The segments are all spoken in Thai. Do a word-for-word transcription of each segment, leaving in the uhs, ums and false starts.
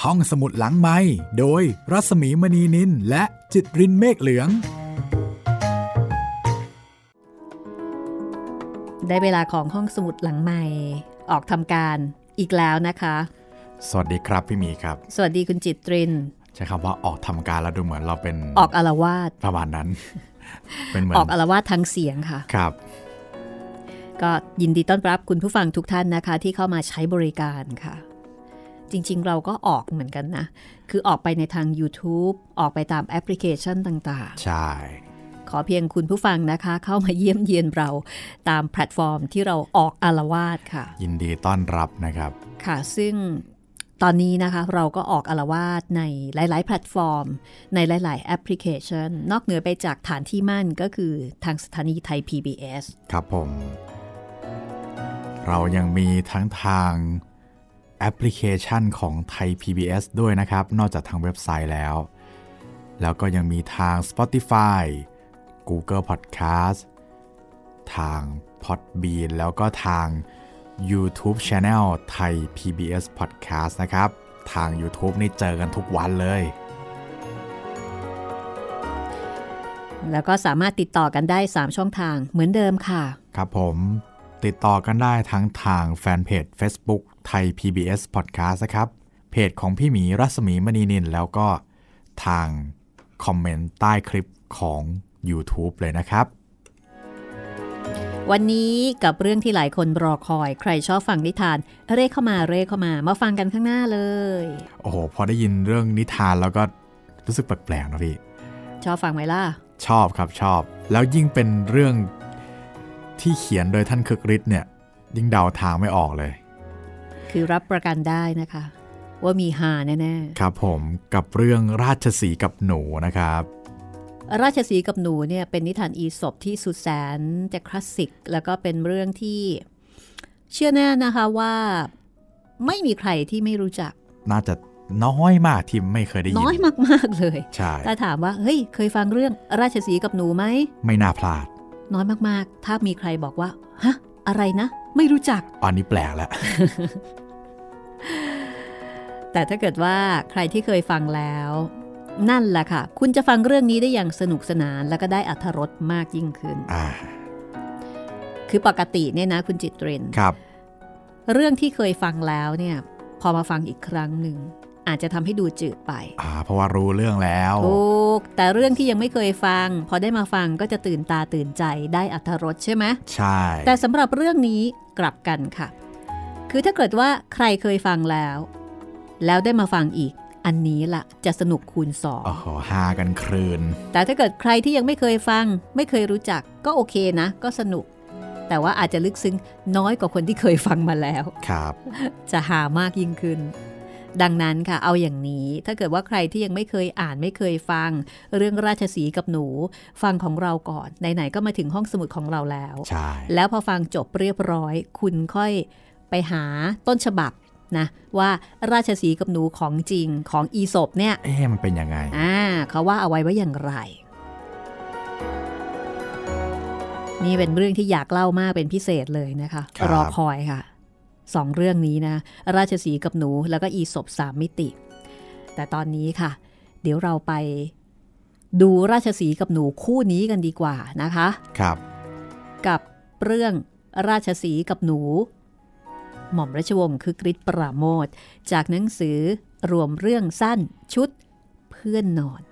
ห้องสมุดหลังไมค์โดยรัศมีมณีนินและจิตรินเมฆเหลืองได้เวลาของห้องสมุดหลังไมค์ออกทำการอีกแล้วนะคะสวัสดีครับพี่หมีครับสวัสดีคุณจิตรินใช้คำว่าออกทำการแล้วดูเหมือนเราเป็นออกอาละวาดประมาณนั้น เป็นเหมือนออกอาละวาดทางเสียงค่ะครับก็ยินดีต้อนรับคุณผู้ฟังทุกท่านนะคะที่เข้ามาใช้บริการค่ะจริงๆเราก็ออกเหมือนกันนะคือออกไปในทาง YouTube ออกไปตามแอปพลิเคชันต่างๆใช่ขอเพียงคุณผู้ฟังนะคะเข้ามาเยี่ยมเยียนเราตามแพลตฟอร์มที่เราออกอาละวาดค่ะยินดีต้อนรับนะครับค่ะซึ่งตอนนี้นะคะเราก็ออกอาละวาดในหลายๆแพลตฟอร์มในหลายๆแอปพลิเคชันนอกเหนือไปจากฐานที่มั่นก็คือทางสถานีไทย พี บี เอสครับผมเรายังมีทั้งทางแอปพลิเคชันของไทย พี บี เอส ด้วยนะครับนอกจากทางเว็บไซต์แล้วแล้วก็ยังมีทาง Spotify Google Podcast ทาง Podbean แล้วก็ทาง YouTube Channel ไทย พี บี เอส Podcast นะครับทาง YouTube นี่เจอกันทุกวันเลยแล้วก็สามารถติดต่อกันได้สามช่องทางเหมือนเดิมค่ะครับผมติดต่อกันได้ทั้งทางแฟนเพจ Facebook ไทย พี บี เอส Podcast นะครับเพจของพี่หมีรัศมีมณีนินแล้วก็ทางคอมเมนต์ใต้คลิปของ YouTube เลยนะครับวันนี้กับเรื่องที่หลายคนรอคอยใครชอบฟังนิทานเร่เข้ามาเร่เข้ามามาฟังกันข้างหน้าเลยโอ้โหพอได้ยินเรื่องนิทานแล้วก็รู้สึกแปลกๆนะพี่ชอบฟังไหมล่ะชอบครับชอบแล้วยิ่งเป็นเรื่องที่เขียนโดยท่านคึกฤทธิ์เนี่ยยิ่งเดาทางไม่ออกเลยคือรับประกันได้นะคะว่ามีฮาแน่ๆครับผมกับเรื่องราชสีห์กับหนูนะครับราชสีห์กับหนูเนี่ยเป็นนิทานอีสปที่สุดแสนจะคลาสสิกแล้วก็เป็นเรื่องที่เชื่อแน่นะคะว่าไม่มีใครที่ไม่รู้จักน่าจะน้อยมากที่ไม่เคยได้ยินน้อยมากๆเลยใช่ถ้าถามว่าเฮ้ยเคยฟังเรื่องราชสีห์กับหนูไหมไม่น่าพลาดน้อยมากๆถ้ามีใครบอกว่าฮะอะไรนะไม่รู้จักอันนี้แปลกแล้วแต่ถ้าเกิดว่าใครที่เคยฟังแล้วนั่นแหละค่ะคุณจะฟังเรื่องนี้ได้อย่างสนุกสนานแล้วก็ได้อรรถรสมากยิ่งขึ้นคือปกติเนี่ยนะคุณจิตรินครับเรื่องที่เคยฟังแล้วเนี่ยพอมาฟังอีกครั้งหนึ่งอาจจะทำให้ดูจืดไปอ่าเพราะว่ารู้เรื่องแล้วถูกแต่เรื่องที่ยังไม่เคยฟังพอได้มาฟังก็จะตื่นตาตื่นใจได้อรรถรสใช่ไหมใช่แต่สำหรับเรื่องนี้กลับกันค่ะคือถ้าเกิดว่าใครเคยฟังแล้วแล้วได้มาฟังอีกอันนี้ล่ะจะสนุกคูณสองโอ้โหฮากันครืนแต่ถ้าเกิดใครที่ยังไม่เคยฟังไม่เคยรู้จักก็โอเคนะก็สนุกแต่ว่าอาจจะลึกซึ้งน้อยกว่าคนที่เคยฟังมาแล้วครับจะหามากยิ่งขึ้นดังนั้นค่ะเอาอย่างนี้ถ้าเกิดว่าใครที่ยังไม่เคยอ่านไม่เคยฟังเรื่องราชสีห์กับหนูฟังของเราก่อนไหนๆก็มาถึงห้องสมุดของเราแล้วใช่แล้วพอฟังจบเรียบร้อยคุณค่อยไปหาต้นฉบับนะว่าราชสีห์กับหนูของจริงของอีสปเนี่ยเอ๊ะมันเป็นยังไงอ่าเขาว่าเอาไว้ว่าอย่างไรนี่เป็นเรื่องที่อยากเล่ามากเป็นพิเศษเลยนะคะรอคอยค่ะสองเรื่องนี้นะราชสีห์กับหนูแล้วก็อีสปสามมิติแต่ตอนนี้ค่ะเดี๋ยวเราไปดูราชสีห์กับหนูคู่นี้กันดีกว่านะคะครับกับเรื่องราชสีห์กับหนูหม่อมราชวงศ์คึกฤทธิ์ปราโมทย์จากหนังสือรวมเรื่องสั้นชุดเพื่อนนอน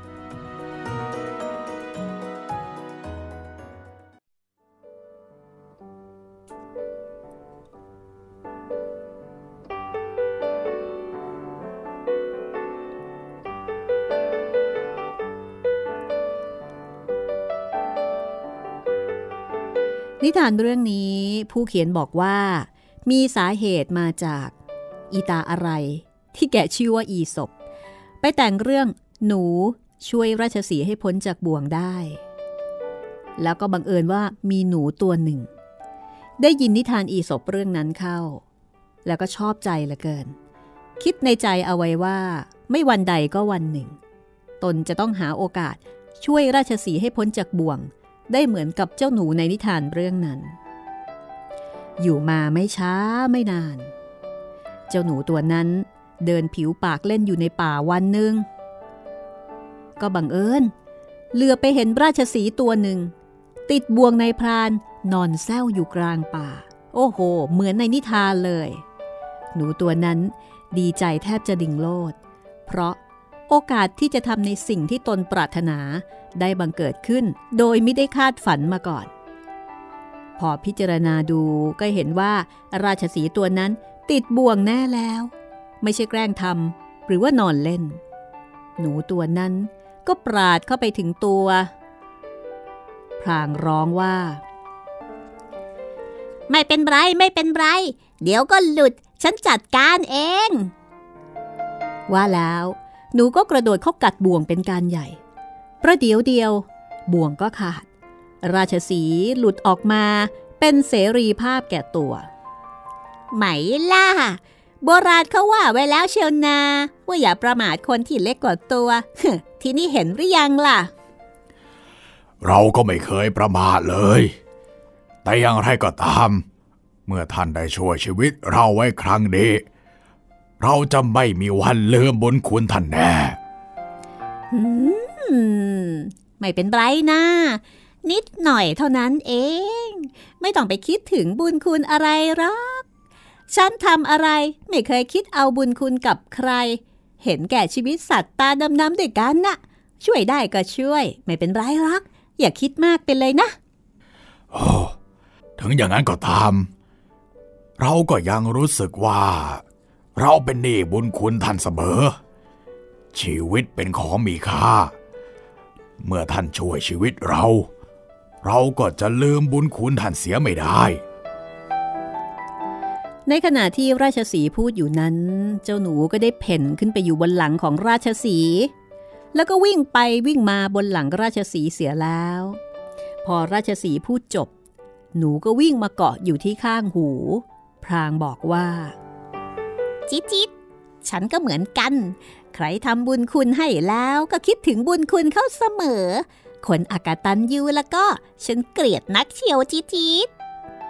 นิทานเรื่องนี้ผู้เขียนบอกว่ามีสาเหตุมาจากอีตาอะไรที่แกชื่อว่าอีสปไปแต่งเรื่องหนูช่วยราชสีห์ให้พ้นจากบ่วงได้แล้วก็บังเอิญว่ามีหนูตัวหนึ่งได้ยินนิทานอีสปเรื่องนั้นเข้าแล้วก็ชอบใจเหลือเกินคิดในใจเอาไว้ว่าไม่วันใดก็วันหนึ่งตนจะต้องหาโอกาสช่วยราชสีห์ให้พ้นจากบ่วงได้เหมือนกับเจ้าหนูในนิทานเรื่องนั้นอยู่มาไม่ช้าไม่นานเจ้าหนูตัวนั้นเดินผิวปากเล่นอยู่ในป่าวันหนึ่งก็บังเอิญเหลือไปเห็นราชสีห์ตัวหนึ่งติดบ่วงในพรานนอนแส้วอยู่กลางป่าโอ้โหเหมือนในนิทานเลยหนูตัวนั้นดีใจแทบจะดิ่งโลดเพราะโอกาสที่จะทำในสิ่งที่ตนปรารถนาได้บังเกิดขึ้นโดยไม่ได้คาดฝันมาก่อนพอพิจารณาดูก็เห็นว่าราชสีห์ตัวนั้นติดบ่วงแน่แล้วไม่ใช่แกล้งทำหรือว่านอนเล่นหนูตัวนั้นก็ปราดเข้าไปถึงตัวพลางร้องว่าไม่เป็นไรไม่เป็นไรเดี๋ยวก็หลุดฉันจัดการเองว่าแล้วหนูก็กระโดดเข้ากัดบ่วงเป็นการใหญ่ประเดี๋ยวเดียวบ่วงก็ขาดราชสีห์หลุดออกมาเป็นเสรีภาพแก่ตัวไหมล่ะโบราณเขาว่าไว้แล้วเชียวนาว่าอย่าประมาทคนที่เล็กกว่าตัวที่นี่เห็นหรือยังล่ะเราก็ไม่เคยประมาทเลยแต่อย่างไรก็ตามเมื่อท่านได้ช่วยชีวิตเราไว้ครั้งนี้เราจะไม่มีวันลืมบุญคุณท่านแน่อืมไม่เป็นไรนะนิดหน่อยเท่านั้นเองไม่ต้องไปคิดถึงบุญคุณอะไรหรอกฉันทำอะไรไม่เคยคิดเอาบุญคุณกับใครเห็นแก่ชีวิตสัตว์ตาดำๆด้วยกันน่ะช่วยได้ก็ช่วยไม่เป็นไรหรอกอย่าคิดมากเป็นเลยนะโอ้ถึงอย่างนั้นก็ตามเราก็ยังรู้สึกว่าเราเป็นหนี้บุญคุณท่านเสมอชีวิตเป็นของมีค่าเมื่อท่านช่วยชีวิตเราเราก็จะลืมบุญคุณท่านเสียไม่ได้ในขณะที่ราชสีห์พูดอยู่นั้นเจ้าหนูก็ได้เพ่นขึ้นไปอยู่บนหลังของราชสีห์แล้วก็วิ่งไปวิ่งมาบนหลังราชสีห์เสียแล้วพอราชสีห์พูดจบหนูก็วิ่งมาเกาะอยู่ที่ข้างหูพลางบอกว่าจิ๊ดจิ๊ดฉันก็เหมือนกันใครทำบุญคุณให้แล้วก็คิดถึงบุญคุณเขาเสมอคนอกตัญญูแล้วก็ฉันเกลียดนักเชียวจิ๊ดจิ๊ด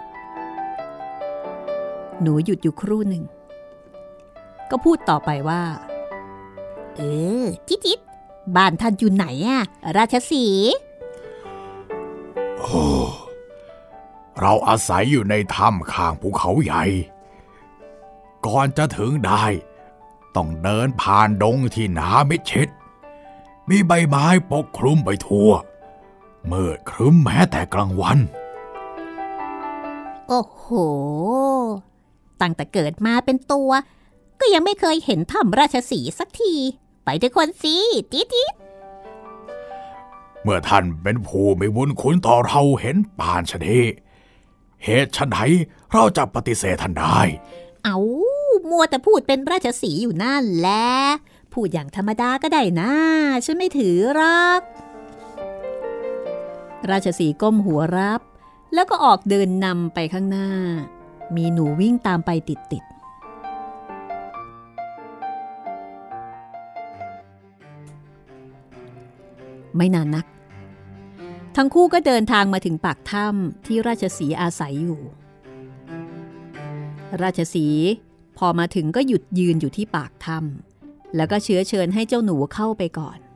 หนูหยุดอยู่ครู่หนึ่งก็พูดต่อไปว่าเออจิ๊ดจิ๊ดบ้านท่านอยู่ไหนอะราชสีห์โอ้เราอาศัยอยู่ในถ้ำข้างภูเขาใหญ่ก่อนจะถึงได้ต้องเดินผ่านดงที่หนามิดชิดมีใบไม้ปกคลุมไปทั่วมืดครึ้มแม้แต่กลางวันโอ้โหตั้งแต่เกิดมาเป็นตัวก็ยังไม่เคยเห็นถ้ำราชสีห์สักทีไปด้วยคนสิติ๊ดติ๊ดเมื่อท่านเป็นผู้มีบุญคุณต่อเราเห็นป่านชะนีเหตุไฉนเราจะปฏิเสธท่านได้เอามัวแต่พูดเป็นราชสีห์อยู่นั่นแหละพูดอย่างธรรมดาก็ได้นะฉันไม่ถือหรอกราชสีห์ก้มหัวรับแล้วก็ออกเดินนำไปข้างหน้ามีหนูวิ่งตามไปติดๆไม่นานนักทั้งคู่ก็เดินทางมาถึงปากถ้ำที่ราชสีห์อาศัยอยู่ราชสีห์พอมาถึงก็หยุดยืนอยู่ที่ปากถ้ำแล้วก็เชื้อเชิญให้เจ้าหนูเข้าไปก่อน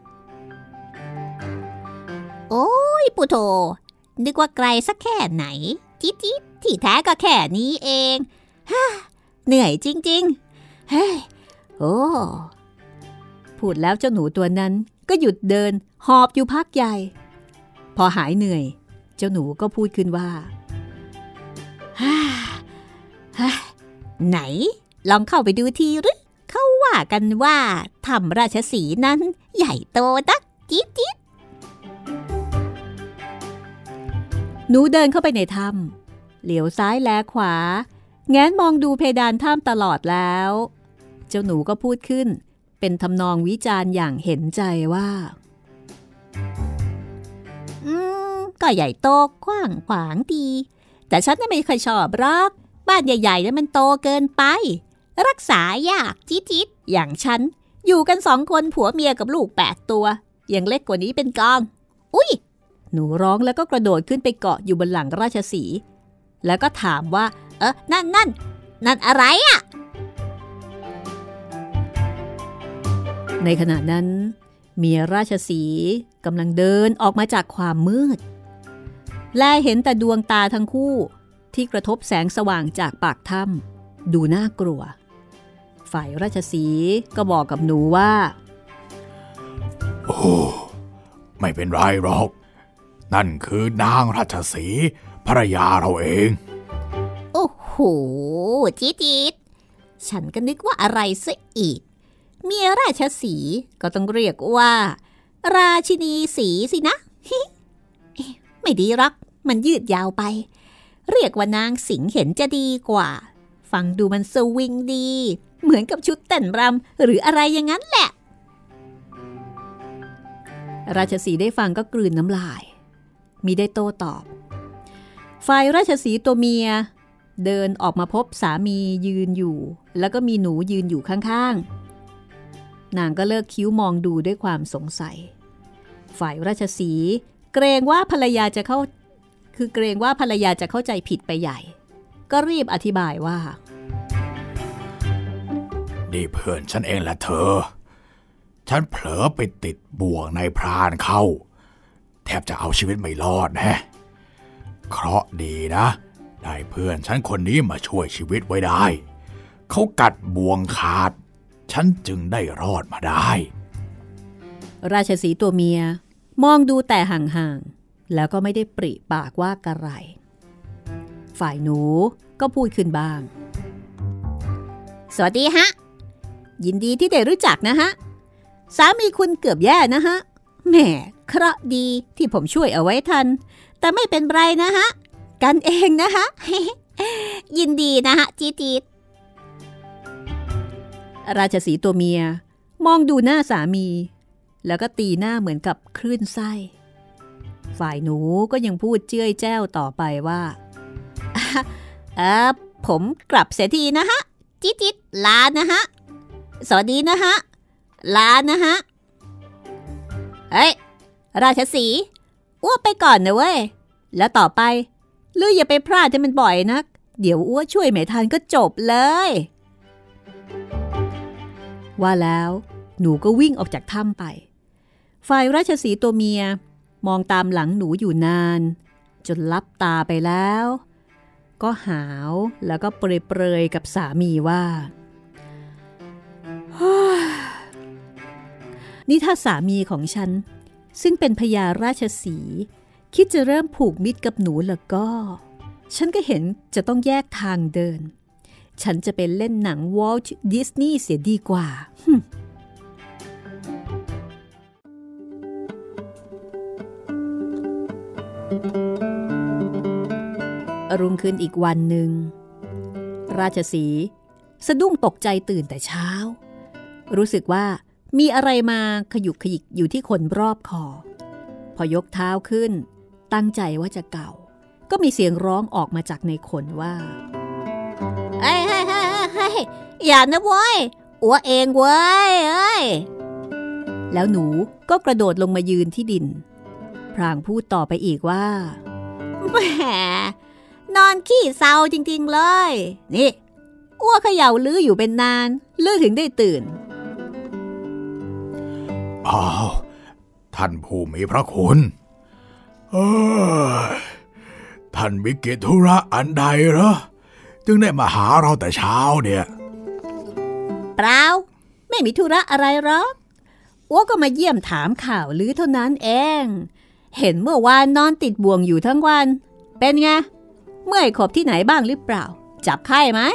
โอ้ยปุโธนึกว่าไกลสักแค่ไหนจิ๊ดจิ๊ดที่แท้ก็แค่นี้เองฮ่าเหนื่อยจริงๆเฮ้ยโอ้พูดแล้วเจ้าหนูตัวนั้นก็หยุดเดินหอบอยู่พักใหญ่พอหายเหนื่อยเจ้าหนูก็พูดขึ้นว่าฮ่าฮ่าไหนลองเข้าไปดูทีหรือเขาว่ากันว่าถ้ำราชสีห์นั้นใหญ่โตนักจิ๊ดจิ๊ดหนูเดินเข้าไปในถ้ำเหลียวซ้ายแลขวาแง้มมองดูเพดานถ้ำตลอดแล้วเจ้าหนูก็พูดขึ้นเป็นทำนองวิจารณ์อย่างเห็นใจว่าอืมก็ใหญ่โตกว้างขวางดีแต่ฉันไม่เคยชอบหรอกบ้านใหญ่ๆนั้นมันโตเกินไปรักษายากจิ๊ดๆอย่างฉันอยู่กันสองคนผัวเมียกับลูกแปดตัวยังเล็กกว่านี้เป็นกองอุ๊ยหนูร้องแล้วก็กระโดดขึ้นไปเกาะอยู่บนหลังราชสีห์แล้วก็ถามว่าเออนั่นนั่นนั่นอะไรอ่ะในขณะนั้นเมียราชสีห์กำลังเดินออกมาจากความมืดและเห็นแต่ดวงตาทั้งคู่ที่กระทบแสงสว่างจากปากถ้ำดูน่ากลัวฝ่ายราชสีห์ก็บอกกับหนูว่าโอ้ไม่เป็นไรหรอกนั่นคือนางราชสีห์ภรรยาเราเองโอ้โหจี๊ดๆฉันก็นึกว่าอะไรซะอีกเมียราชสีห์ก็ต้องเรียกว่าราชินีสีสินะ ไม่ดีหรอกมันยืดยาวไปเรียกว่านางสิงห์เห็นจะดีกว่าฟังดูมันสวิงดีเหมือนกับชุดเต้นรำหรืออะไรอย่างนั้นแหละราชสีห์ได้ฟังก็กลืนน้ำลายมิได้โต้ตอบฝ่ายราชสีห์ตัวเมียเดินออกมาพบสามียืนอยู่แล้วก็มีหนูยืนอยู่ข้างๆนางก็เลิกคิ้วมองดูด้วยความสงสัยฝ่ายราชสีห์เกรงว่าภรรยาจะเข้าคือเกรงว่าภรรยาจะเข้าใจผิดไปใหญ่ก็รีบอธิบายว่านี่เพื่อนฉันเองแหละเธอฉันเผลอไปติดบ่วงในพรานเข้าแทบจะเอาชีวิตไม่รอดแน่เคราะห์ดีนะได้เพื่อนฉันคนนี้มาช่วยชีวิตไว้ได้เขากัดบ่วงขาดฉันจึงได้รอดมาได้ราชสีห์ตัวเมียมองดูแต่ห่างๆแล้วก็ไม่ได้ปริปากว่ากระไรฝ่ายหนูก็พูดขึ้นบ้างสวัสดีฮะยินดีที่ได้รู้จักนะฮะสามีคุณเกือบแย่นะฮะแหมเคราะห์ดีที่ผมช่วยเอาไว้ทันแต่ไม่เป็นไรนะฮะกันเองนะฮะ ยินดีนะฮะจี๊ดๆราชสีห์ตัวเมียมองดูหน้าสามีแล้วก็ตีหน้าเหมือนกับคลื่นไส้ฝ่ายหนูก็ยังพูดเจ้ยแจ้วต่อไปว่าเออผมกลับเสียทีนะฮะจี๊ดๆลานะฮะสวัสดีนะฮะลานะฮะเฮ้ยราชสีห์อ้วไปก่อนนะเว้ยแล้วต่อไปลืออย่าไปพลาดให้มันบ่อยนักเดี๋ยวอ้วช่วยไม่ทันก็จบเลยว่าแล้วหนูก็วิ่งออกจากถ้ำไปฝ่ายราชสีห์ตัวเมียมองตามหลังหนูอยู่นานจนลับตาไปแล้วก็หาวแล้วก็เปรยๆกับสามีว่านี่ถ้าสามีของฉันซึ่งเป็นพญาราชสีห์คิดจะเริ่มผูกมิตรกับหนูแล้วก็ฉันก็เห็นจะต้องแยกทางเดินฉันจะเป็นเล่นหนังวอลต์ดิสนีย์เสียดีกว่ารุ่งขึ้นอีกวันหนึ่งราชสีห์สะดุ้งตกใจตื่นแต่เช้ารู้สึกว่ามีอะไรมาขยุกขยิกอยู่ที่ขนรอบคอพอยกเท้าขึ้นตั้งใจว่าจะเก่าก็มีเสียงร้องออกมาจากในขนว่าเฮ้ยเฮ้ยเฮ้ยเฮ้ยอย่านะเว้ยอัวเองเว้ยเอ้ยแล้วหนูก็กระโดดลงมายืนที่ดินพลางพูดต่อไปอีกว่าแหมนอนขี้เศร้าจริงๆเลยนี่อ้วเขย่าลื้ออยู่เป็นนานลื้อถึงได้ตื่นอ้าวท่านผู้มีพระคุณเออท่านมีกิจธุระอันใดเหรอจึงได้มาหาเราแต่เช้าเนี่ยเปล่าไม่มีธุระอะไรหรอกอ้วก็มาเยี่ยมถามข่าวลื้อเท่านั้นเองเห็นเมื่อวานนอนติดบ่วงอยู่ทั้งวันเป็นไงเมื่อยขบที่ไหนบ้างหรือเปล่าจับไข้ไหม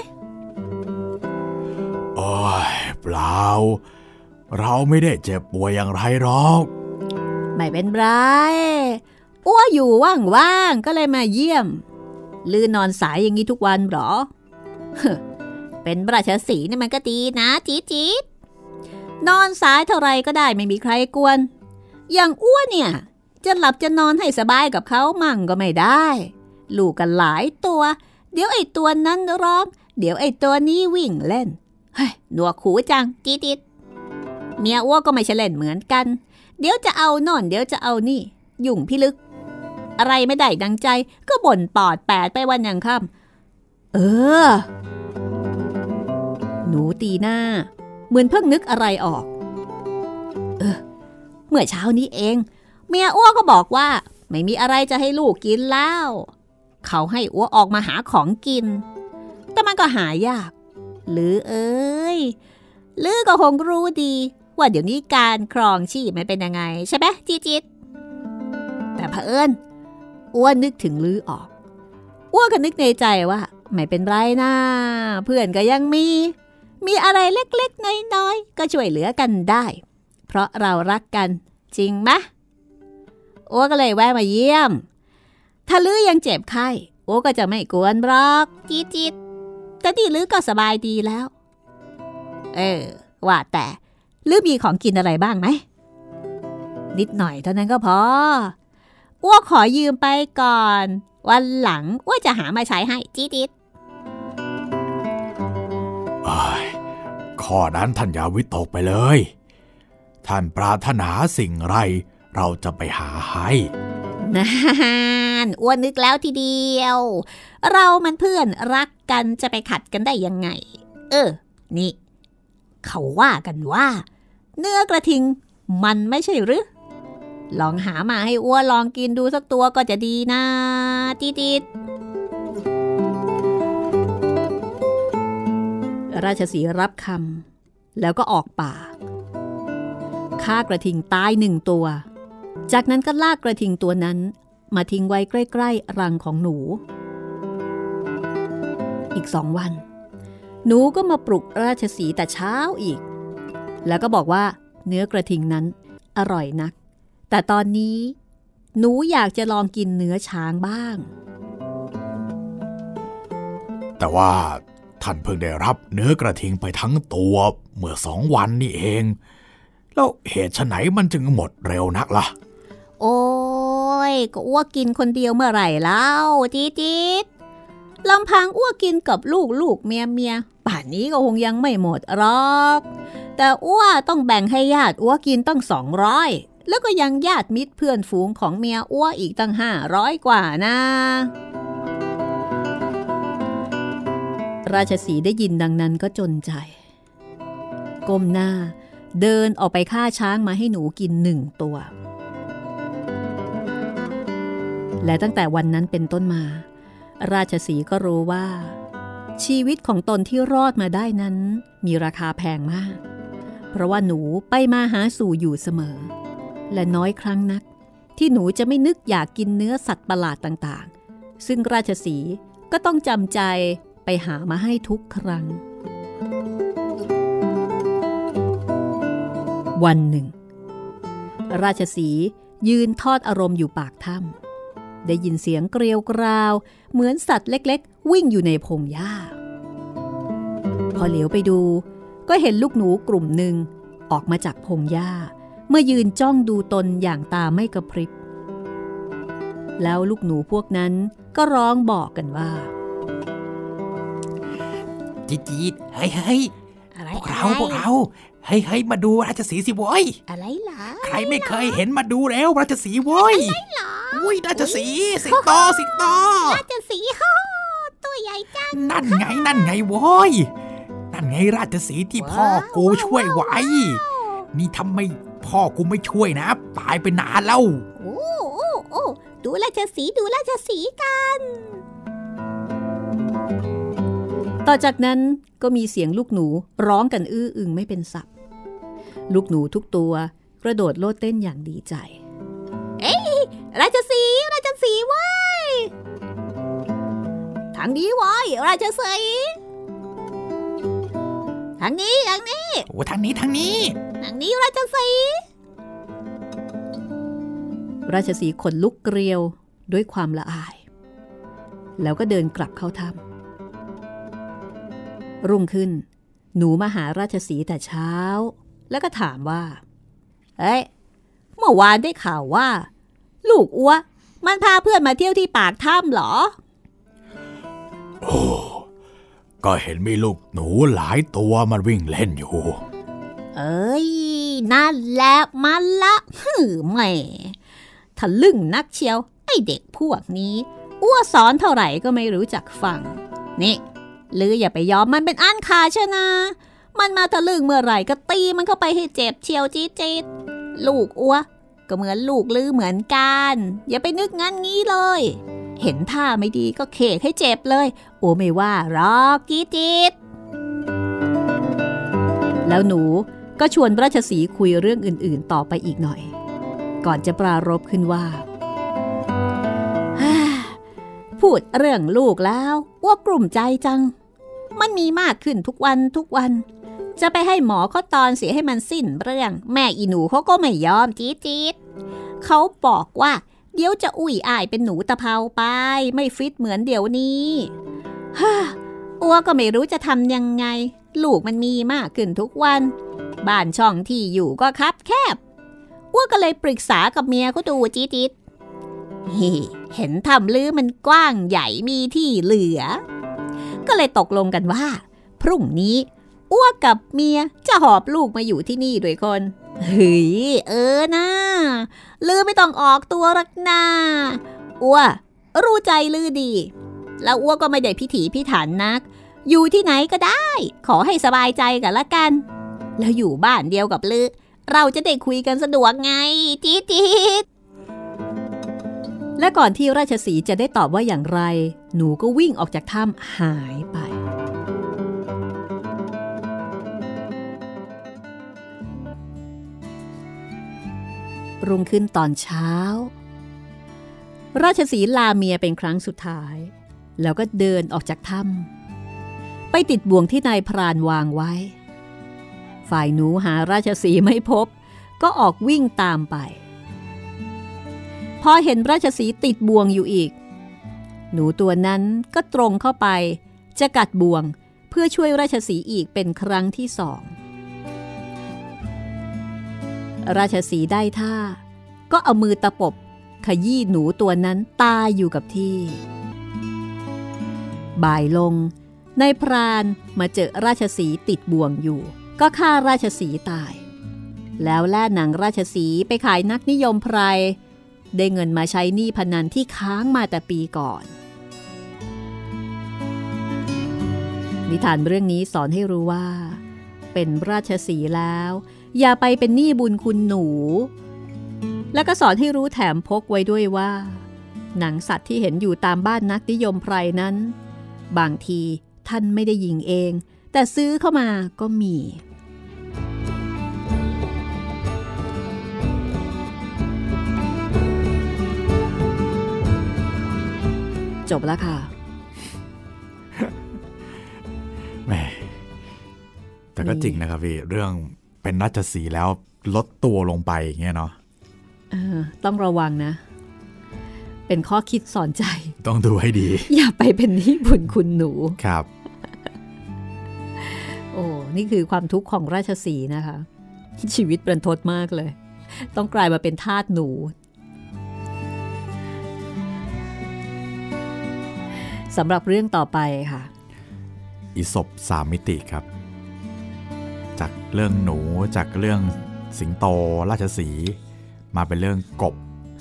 โอ้ยเปล่าเราไม่ได้เจ็บป่วยอย่างไรหรอกไม่เป็นไรอ้วอยู่ว่างๆก็เลยมาเยี่ยมลือนอนสายอย่างนี้ทุกวันหรอ เป็นราชสีห์นี่มันก็ดีนะจี๊ดจี๊ดนอนสายเท่าไรก็ได้ไม่มีใครกวนอย่างอ้วเนี่ยจะหลับจะนอนให้สบายกับเขามั่งก็ไม่ได้ลูกกันหลายตัวเดี๋ยวไอ้ตัวนั้นร้องเดี๋ยวไอ้ตัวนี้วิ่งเล่นเฮ้ยหนวกหูจังจี๊ดจี๊ดเมียอ้วก็ไม่ใช่เล่นเหมือนกันเดี๋ยวจะเอาโน่นเดี๋ยวจะเอานี่ยุ่งพิลึกอะไรไม่ได้ดังใจก็บ่นปอดแปดไปวันยังค่ำเออหนูตีหน้าเหมือนเพิ่งนึกอะไรออกมื่อเช้านี้เองเมียอ้วก็บอกว่าไม่มีอะไรจะให้ลูกกินแล้วเขาให้อ้วออกมาหาของกินแต่มันก็หายากลือเอ้ยลือก็คงรู้ดีว่าเดี๋ยวนี้การครองชีพมันเป็นยังไงใช่ไหมจิจิตแต่เผอิญอ้วนนึกถึงลือออกอ้วนก็นึกในใจว่าไม่เป็นไรนะเพื่อนก็ยังมีมีอะไรเล็กๆน้อยๆก็ช่วยเหลือกันได้เพราะเรารักกันจริงไหมอ้วนก็เลยแวะมาเยี่ยมถ้าลือยังเจ็บไข้อ้วนก็จะไม่กวนหรอกจิจิตแต่นี่ลือก็สบายดีแล้วเออว่าแต่ลือมีของกินอะไรบ้างไหมนิดหน่อยเท่านั้นก็พออ้วขอยืมไปก่อนวันหลังอ้วจะหามาใช้ให้จี๊ดเอ้ยข้อนั้นท่านอย่าวิตกไปเลยท่านปรารถนาสิ่งไรเราจะไปหาให้นานอ้วนนึกแล้วทีเดียวเรามันเพื่อนรักกันจะไปขัดกันได้ยังไงเออนี่เขาว่ากันว่าเนื้อกระทิงมันไม่ใช่หรือลองหามาให้อ้วนลองกินดูสักตัวก็จะดีนะติดๆราชสีห์รับคำแล้วก็ออกป่าฆ่ากระทิงตายหนึ่งตัวจากนั้นก็ลากกระทิงตัวนั้นมาทิ้งไว้ใกล้ๆรังของหนูอีกสองวันหนูก็มาปลุกราชสีห์แต่เช้าอีกแล้วก็บอกว่าเนื้อกระทิงนั้นอร่อยนักแต่ตอนนี้หนูอยากจะลองกินเนื้อช้างบ้างแต่ว่าท่านเพิ่งได้รับเนื้อกระทิงไปทั้งตัวเมื่อสองวันนี่เองแล้วเหตุไฉนมันจึงหมดเร็วนักล่ะโอ้ยก็อ้วกกินคนเดียวเมื่อไหร่แล้วจี๊ดลำพังอ้วกกินกับลูกลูกเมียเมียป่านนี้ก็คงยังไม่หมดหรอกแต่อ้วต้องแบ่งให้ญาติอ้วกินตั้งสองร้อยแล้วก็ยังญาติมิตรเพื่อนฝูงของเมียอ้วอีกตั้งห้าร้อยกว่านะราชสีห์ได้ยินดังนั้นก็จนใจก้มหน้าเดินออกไปฆ่าช้างมาให้หนูกินหนึ่งตัวและตั้งแต่วันนั้นเป็นต้นมาราชสีห์ก็รู้ว่าชีวิตของตนที่รอดมาได้นั้นมีราคาแพงมากเพราะว่าหนูไปมาหาสู่อยู่เสมอและน้อยครั้งนักที่หนูจะไม่นึกอยากกินเนื้อสัตว์ประหลาดต่างๆซึ่งราชสีห์ก็ต้องจำใจไปหามาให้ทุกครั้งวันหนึ่งราชสีห์ยืนทอดอารมณ์อยู่ปากถ้ำได้ยินเสียงเกรียวกราวเหมือนสัตว์เล็กๆวิ่งอยู่ในพงหญ้าพอเหลียวไปดูก็เห็นลูกหนูกลุ่มหนึ่งออกมาจากพงหญ้าเมื่อยืนจ้องดูตนอย่างตาไม่กระพริบแล้วลูกหนูพวกนั้นก็ร้องบอกกันว่าจี๊ดๆเฮ้ยเฮ้ยพวกเราพวกเราเฮ้ยเฮ้ยมาดูราชสีห์สิโว้ยอะไรล่ะใครไม่เคยเห็นมาดูแล้วราชสีห์โว้ยอุ้ยราชสีห์สิงโตสิงโตราชสีห์ฮ่อตัวใหญ่จังนั่นไงนั่นไงโว้ยนั่นไงราชสีห์ที่พ่อกูช่วยไว้นี่ทำไมพ่อกูไม่ช่วยนะตายไปนานแล้วโอ้โอ้โอ้ดูราชสีห์ดูราชสีห์กันต่อจากนั้นก็มีเสียงลูกหนูร้องกันอื้ออึงไม่เป็นสับลูกหนูทุกตัวกระโดดโลดเต้นอย่างดีใจเอ้ยราชสีห์ราชสีห์เว้ยทางนี้เว้ยราชสีห์ทางนี้ทางนี้โอ้ทางนี้ทางนี้ทางนี้ราชสีห์ราชสีห์ขนลุกเกลียวด้วยความละอายแล้วก็เดินกลับเข้าถ้ำรุ่งขึ้นหนูมาหาราชสีห์แต่เช้าแล้วก็ถามว่าเอ้ยเมื่อวานได้ข่าวว่าลูกอัวมันพาเพื่อนมาเที่ยวที่ปากถ้ำเหรอโอ้ก็เห็นมีลูกหนูหลายตัวมันวิ่งเล่นอยู่เอ้ยนั่นแหละมันละหือแหม่ทะลึ่งนักเชียวไอเด็กพวกนี้อ้วสอนเท่าไหร่ก็ไม่รู้จักฟังนี่ลืออย่าไปยอมมันเป็นอันขาดเชียวนะมันมาทะลึ่งเมื่อไหร่ก็ตีมันเข้าไปให้เจ็บเชียวจี๊ดจี๊ดลูกอัวก็เหมือนลูกลือเหมือนกันอย่าไปนึกงั้นงี้เลยเห็นท่าไม่ดีก็เขกให้เจ็บเลยโอ้ไม่ว่าหรอกจี๊ดจี๊ดแล้วหนูก็ชวนราชสีห์คุยเรื่องอื่นๆต่อไปอีกหน่อยก่อนจะปรารภขึ้นว่าพูดเรื่องลูกแล้วอ้วกกลุ่มใจจังมันมีมากขึ้นทุกวันทุกวันจะไปให้หมอเขาตอนเสียให้มันสิ้นเรื่องแม่อีหนูเขาก็ไม่ยอมจี๊ดจี๊ดเขาบอกว่าเดี๋ยวจะอุ้ยอ้ายเป็นหนูตะเภาไปไม่ฟิตเหมือนเดี๋ยวนี้ฮ่าอ้วก็ไม่รู้จะทำยังไงลูกมันมีมากขึ้นทุกวันบ้านช่องที่อยู่ก็คับแคบอ้วก็เลยปรึกษากับเมียเขาดูจี๊ดจี๊ดเห็นทำลือมันกว้างใหญ่มีที่เหลือก็เลยตกลงกันว่าพรุ่งนี้อ้วกับเมียจะหอบลูกมาอยู่ที่นี่ด้วยคนเฮ้ยเออนะลือไม่ต้องออกตัวรักนาอ้วรู้ใจลือดีแล้วอ้วก็ไม่ได้พิถีพิถันนักอยู่ที่ไหนก็ได้ขอให้สบายใจกันละกันแล้วอยู่บ้านเดียวกับลือเราจะได้คุยกันสะดวกไงจี๊ดจี๊ดและก่อนที่ราชสีห์จะได้ตอบว่าอย่างไรหนูก็วิ่งออกจากถ้ำหายไปรุ่งขึ้นตอนเช้าราชสีห์ลาเมียเป็นครั้งสุดท้ายแล้วก็เดินออกจากถ้ำไปติดบ่วงที่นายพรานวางไว้ฝ่ายหนูหาราชสีห์ไม่พบก็ออกวิ่งตามไปพอเห็นราชสีห์ติดบ่วงอยู่อีกหนูตัวนั้นก็ตรงเข้าไปจะกัดบ่วงเพื่อช่วยราชสีห์อีกเป็นครั้งที่สองราชสีห์ได้ท่าก็เอามือตะปบขยี้หนูตัวนั้นตายอยู่กับที่บ่ายลงนายพรานมาเจอราชสีห์ติดบ่วงอยู่ก็ฆ่าราชสีห์ตายแล้วแล่หนังราชสีห์ไปขายนักนิยมไพรได้เงินมาใช้หนี้พนันที่ค้างมาแต่ปีก่อนนิทานเรื่องนี้สอนให้รู้ว่าเป็นราชสีห์แล้วอย่าไปเป็นหนี้บุญคุณหนูแล้วก็สอนให้รู้แถมพกไว้ด้วยว่าหนังสัตว์ที่เห็นอยู่ตามบ้านนักนิยมไพรนั้นบางทีท่านไม่ได้ยิงเองแต่ซื้อเข้ามาก็มีจบแล้วค่ะแหมแต่ก็จริงนะครับพี่เรื่องเป็นราชสีห์แล้วลดตัวลงไปอย่างเงี้ยเนาะต้องระวังนะเป็นข้อคิดสอนใจต้องดูให้ดีอย่าไปเป็นหนี้บุญคุณหนูครับโอ้นี่คือความทุกข์ของราชสีห์นะคะชีวิตรันทดมากเลยต้องกลายมาเป็นทาสหนูสำหรับเรื่องต่อไปค่ะอีสปสามมิติครับจากเรื่องหนูจากเรื่องสิงโตราชสีห์มาเป็นเรื่องกบ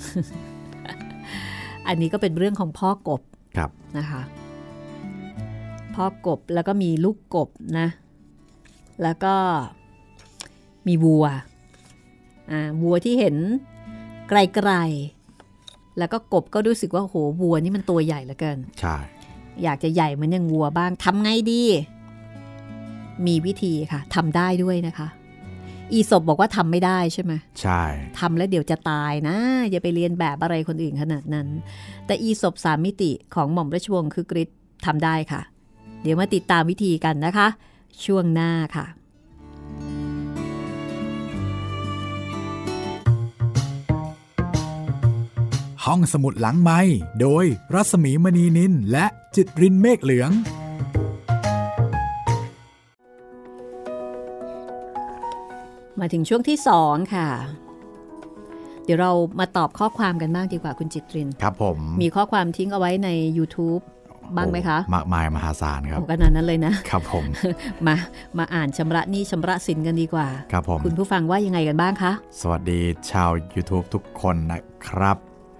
อันนี้ก็เป็นเรื่องของพ่อกบครับนะคะพ่อกบแล้วก็มีลูกกบนะแล้วก็มีวัวอ่าวัวที่เห็นไกลๆแล้วก็กบก็รู้สึกว่าโหวัวนี่มันตัวใหญ่เหลือเกินใช่อยากจะใหญ่เหมือนอย่างวัวบ้างทำไงดีมีวิธีค่ะทำได้ด้วยนะคะอีสปบอกว่าทำไม่ได้ใช่ไหมใช่ทำแล้วเดี๋ยวจะตายนะอย่าไปเรียนแบบอะไรคนอื่นขนาดนั้นแต่อีสปสามมิติของหม่อมราชวงศ์คือกฤษทำได้ค่ะเดี๋ยวมาติดตามวิธีกันนะคะช่วงหน้าค่ะห้องสมุดหลังไมค์โดยรัศมีมณีนินและจิตรินเมฆเหลืองมาถึงช่วงที่สองค่ะเดี๋ยวเรามาตอบข้อความกันบ้างดีกว่าคุณจิตรินครับผมมีข้อความทิ้งเอาไว้ใน YouTube บ้างไหมคะมากมายมหาศาลครับขนาดนั้นเลยนะครับผมมามาอ่านชำระหนี้ชำระสินกันดีกว่าครับผมคุณผู้ฟังว่ายังไงกันบ้างคะสวัสดีชาว YouTube ทุกคนนะครับ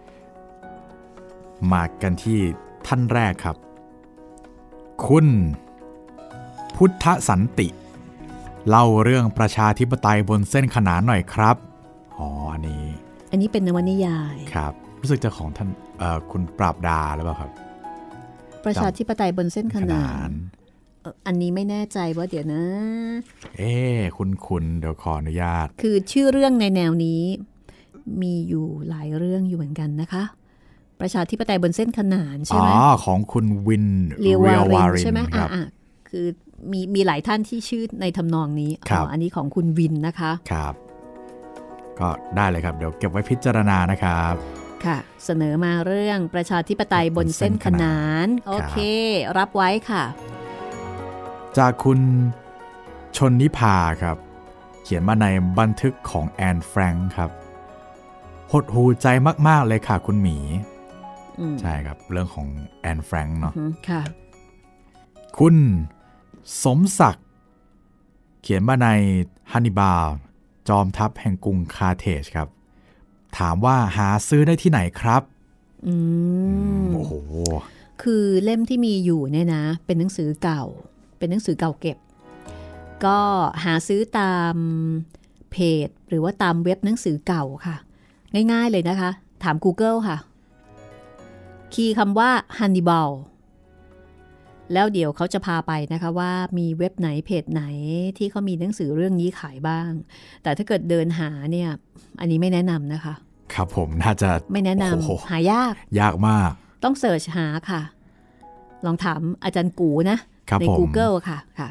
มากันที่ท่านแรกครับคุณพุทธสันติเล่าเรื่องประชาธิปไตยบนเส้นขนานหน่อยครับอ๋ออันนี้อันนี้เป็นนวนิยายครับรู้สึกจะของท่านคุณปราบดาหรือเปล่าครับประชาธิปไตยบนเส้นขนานอันนี้ไม่แน่ใจว่าเดี๋ยวนะเอ๊ะคุณคุณเดี๋ยวขออนุญาตคือชื่อเรื่องในแนวนี้มีอยู่หลายเรื่องอยู่เหมือนกันนะคะประชาธิปไตยบนเส้นขนานใช่ไหมอ๋อของคุณวินเรียววารินใช่ไหมอ่าคือมีมีหลายท่านที่ชื่อในทำนองนี้อ๋ออันนี้ของคุณวินนะคะครับก็ได้เลยครับเดี๋ยวเก็บไว้พิจารณานะครับค่ะเสนอมาเรื่องประชาธิปไตยบนเส้นขนานโอเครับไว้ค่ะจากคุณชนนิพาครับเขียนมาในบันทึกของแอนแฟรงค์ครับหดหูใจมากๆเลยค่ะคุณหมีใช่ครับเรื่องของแอนแฟรงค์เนาะค่ะคุณสมศักดิ์เขียนมาในฮันนิบาลจอมทัพแห่งกรุงคาร์เทจครับถามว่าหาซื้อได้ที่ไหนครับอืมโอ้โหคือเล่มที่มีอยู่เนี่ยนะเป็นหนังสือเก่าเป็นหนังสือเก่าเก็บก็หาซื้อตามเพจหรือว่าตามเว็บหนังสือเก่าค่ะง่ายๆเลยนะคะถาม Google ค่ะคีย์คำว่า Hannibal แล้วเดี๋ยวเขาจะพาไปนะคะว่ามีเว็บไหนเพจไหนที่เขามีหนังสือเรื่องนี้ขายบ้างแต่ถ้าเกิดเดินหาเนี่ยอันนี้ไม่แนะนำนะคะครับผมน่าจะไม่แนะนำหายากยากมากต้องเสิร์ชหาค่ะลองถามอาจารย์กูนะใน Google ค่ะค่ะ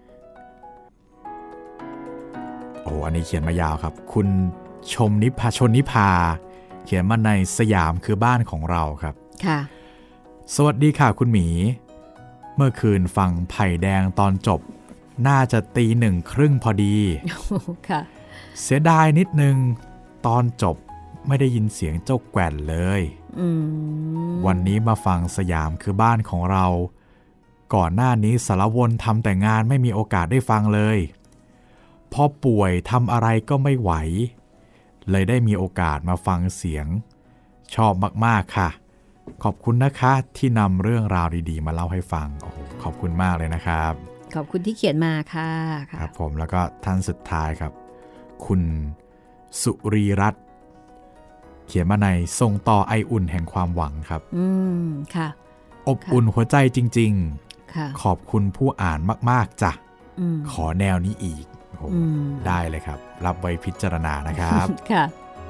โอ้อันนี้เขียนมายาวครับคุณชมนิพาชนนิพาเขียนมาในสยามคือบ้านของเราครับค่ะสวัสดีค่ะคุณหมีเมื่อคืนฟังไผ่แดงตอนจบน่าจะตีหนึ่งครึ่งพอดีค่ะเสียดายนิดนึงตอนจบไม่ได้ยินเสียงเจ้าแกว่นเลยวันนี้มาฟังสยามคือบ้านของเราก่อนหน้านี้สารวนทำแต่งานไม่มีโอกาสได้ฟังเลยพอป่วยทำอะไรก็ไม่ไหวเลยได้มีโอกาสมาฟังเสียงชอบมากๆค่ะขอบคุณนะคะที่นำเรื่องราวดีๆมาเล่าให้ฟังโอ้โหขอบคุณมากเลยนะครับขอบคุณที่เขียนมาค่ะครับผมแล้วก็ท่านสุดท้ายครับคุณสุรีรัตน์เขียนมาในส่งต่อไออุ่นแห่งความหวังครับอืมค่ะอบอุ่นหัวใจจริงๆขอบคุณผู้อ่านมากๆจ้ะขอแนวนี้อีกได้เลยครับรับไว้พิจารณานะครับค่ะ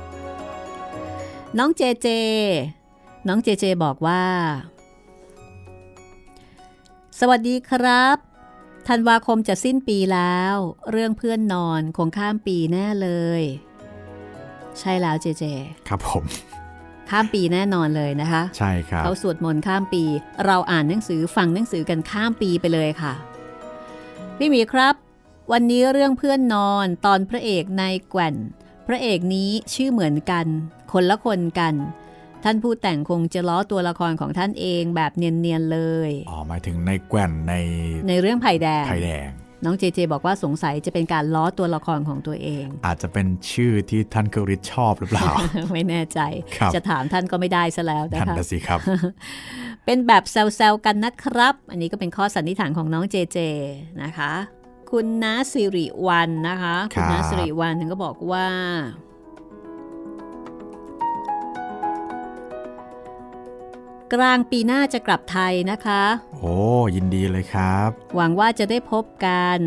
น้องเจเจน้องเจเจบอกว่าสวัสดีครับธันวาคมจะสิ้นปีแล้วเรื่องเพื่อนนอนคงข้ามปีแน่เลยใช่แล้วเจเจครับผมข้ามปีแน่นอนเลยนะคะใช่ครับเขาสวดมนต์ข้ามปีเราอ่านหนังสือฟังหนังสือกันข้ามปีไปเลยค่ะพี่หมีครับวันนี้เรื่องเพื่อนนอนตอนพระเอกนายแกว่นพระเอกนี้ชื่อเหมือนกันคนละคนกันท่านผู้แต่งคงจะล้อตัวละครของท่านเองแบบเนียนๆเลยอ๋อหมายถึงนายแกว่นในในเรื่องไผ่แดงไผ่แดงน้องเจเจบอกว่าสงสัยจะเป็นการล้อตัวละครของตัวเองอาจจะเป็นชื่อที่ท่านกฤษชอบหรือเปล่าไม่แน่ใจจะถามท่านก็ไม่ได้ซะแล้วนะคะท่านสิครับเป็นแบบแซวๆกันนะครับอันนี้ก็เป็นข้อสันนิษฐานของน้องเจเจนะคะคุณน้าสิริวัลนะคะคุณน้าสิริวัลก็บอกว่ากลางปีหน้าจะกลับไทยนะคะโอ้ยินดีเลยครับหวังว่าจะได้พบกัน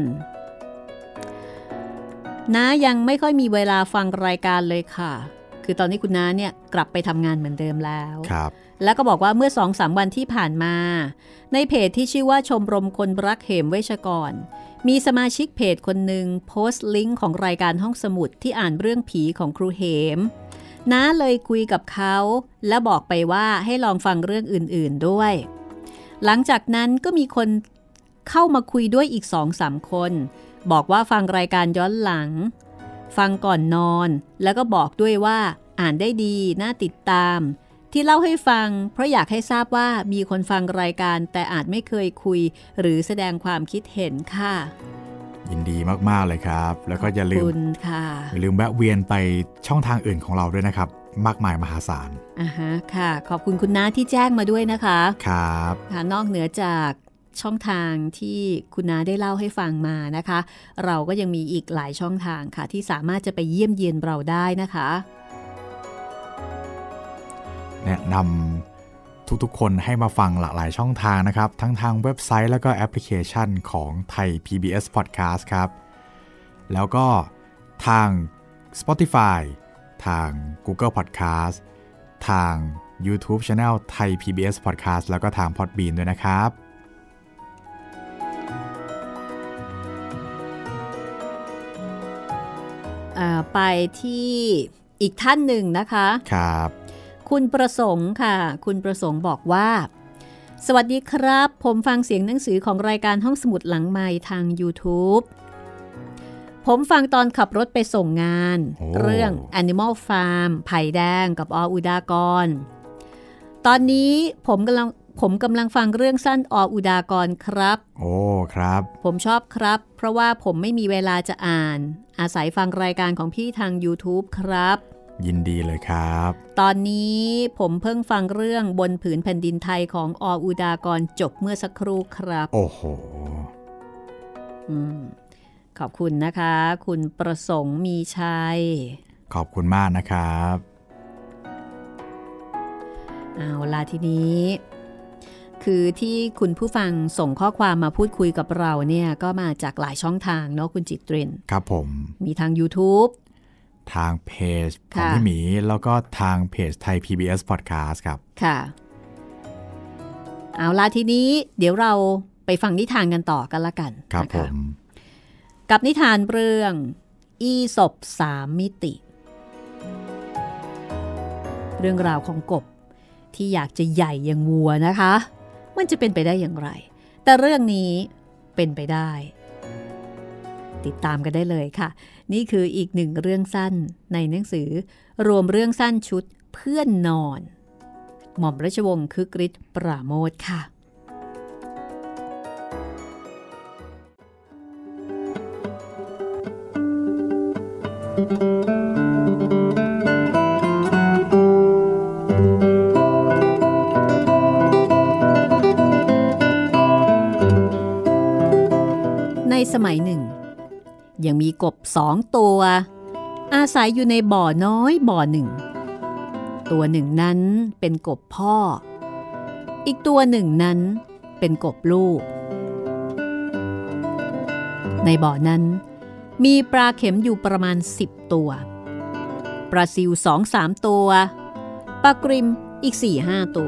น้ายังไม่ค่อยมีเวลาฟังรายการเลยค่ะคือตอนนี้คุณน้าเนี่ยกลับไปทำงานเหมือนเดิมแล้วครับแล้วก็บอกว่าเมื่อ สองสาม วันที่ผ่านมาในเพจที่ชื่อว่าชมรมคนรักเหมเวชกรมีสมาชิกเพจคนหนึ่งโพสต์ลิงก์ของรายการห้องสมุดที่อ่านเรื่องผีของครูเหมน้าเลยคุยกับเขาและบอกไปว่าให้ลองฟังเรื่องอื่นๆด้วยหลังจากนั้นก็มีคนเข้ามาคุยด้วยอีก สองสาม คนบอกว่าฟังรายการย้อนหลังฟังก่อนนอนแล้วก็บอกด้วยว่าอ่านได้ดีน่าติดตามที่เล่าให้ฟังเพราะอยากให้ทราบว่ามีคนฟังรายการแต่อาจไม่เคยคุยหรือแสดงความคิดเห็นค่ะยินดีมากๆเลยครับแล้วก็อย่าลืมอย่าลืมแวะเวียนไปช่องทางอื่นของเราด้วยนะครับมากมายมหาศาลอ่าฮะค่ะขอบคุณคุณน้าที่แจ้งมาด้วยนะคะครับค่ะนอกเหนือจากช่องทางที่คุณน้าได้เล่าให้ฟังมานะคะเราก็ยังมีอีกหลายช่องทางค่ะที่สามารถจะไปเยี่ยมเยียนเราได้นะคะแนะนำทุกๆคนให้มาฟังหลากหลายช่องทางนะครับทั้งทางเว็บไซต์แล้วก็แอปพลิเคชันของไทย พี บี เอส Podcast ครับแล้วก็ทาง Spotify ทาง Google Podcast ทาง YouTube Channel ไทย พี บี เอส Podcast แล้วก็ทาง Podbean ด้วยนะครับไปที่อีกท่านหนึ่งนะคะครับคุณประสงค์ค่ะคุณประสงค์บอกว่าสวัสดีครับผมฟังเสียงหนังสือของรายการห้องสมุดหลังไมค์ทาง YouTube ผมฟังตอนขับรถไปส่งงานเรื่อง Animal Farm ไผ่แดงกับอ.อุดากรตอนนี้ผมกำลังผมกำลังฟังเรื่องสั้นอ.อุดากรครับโอ้ครับผมชอบครับเพราะว่าผมไม่มีเวลาจะอ่านอาศัยฟังรายการของพี่ทาง YouTube ครับยินดีเลยครับตอนนี้ผมเพิ่งฟังเรื่องบนผืนแผ่นดินไทยของอ.อุดากรจบเมื่อสักครู่ครับโอ้โหอืมขอบคุณนะคะคุณประสงค์มีชัยขอบคุณมากนะครับเอาล่ะทีนี้คือที่คุณผู้ฟังส่งข้อความมาพูดคุยกับเราเนี่ยก็มาจากหลายช่องทางเนาะคุณจิตรินครับผมมีทาง YouTube ทางเพจของพี่หมีแล้วก็ทางเพจไทย พี บี เอส Podcast ครับค่ะเอาล่ะทีนี้เดี๋ยวเราไปฟังนิทานกันต่อกันละกันครับผมกับนิทานเรื่องอีสปสามมิติเรื่องราวของกบที่อยากจะใหญ่อย่างวัวนะคะมันจะเป็นไปได้อย่างไรแต่เรื่องนี้เป็นไปได้ติดตามกันได้เลยค่ะนี่คืออีกหนึ่งเรื่องสั้นในหนังสือรวมเรื่องสั้นชุดเพื่อนนอนหม่อมราชวงศ์คึกฤทธิ์ปราโมทย์ค่ะในสมัยหนึ่งยังมีกบสองตัวอาศัยอยู่ในบ่อน้อยบ่อหนึ่งตัวหนึ่งนั้นเป็นกบพ่ออีกตัวหนึ่งนั้นเป็นกบลูกในบ่อนั้นมีปลาเข็มอยู่ประมาณสิบตัวปลาซิวสองสามตัวปลากริมอีกสี่ห้าตัว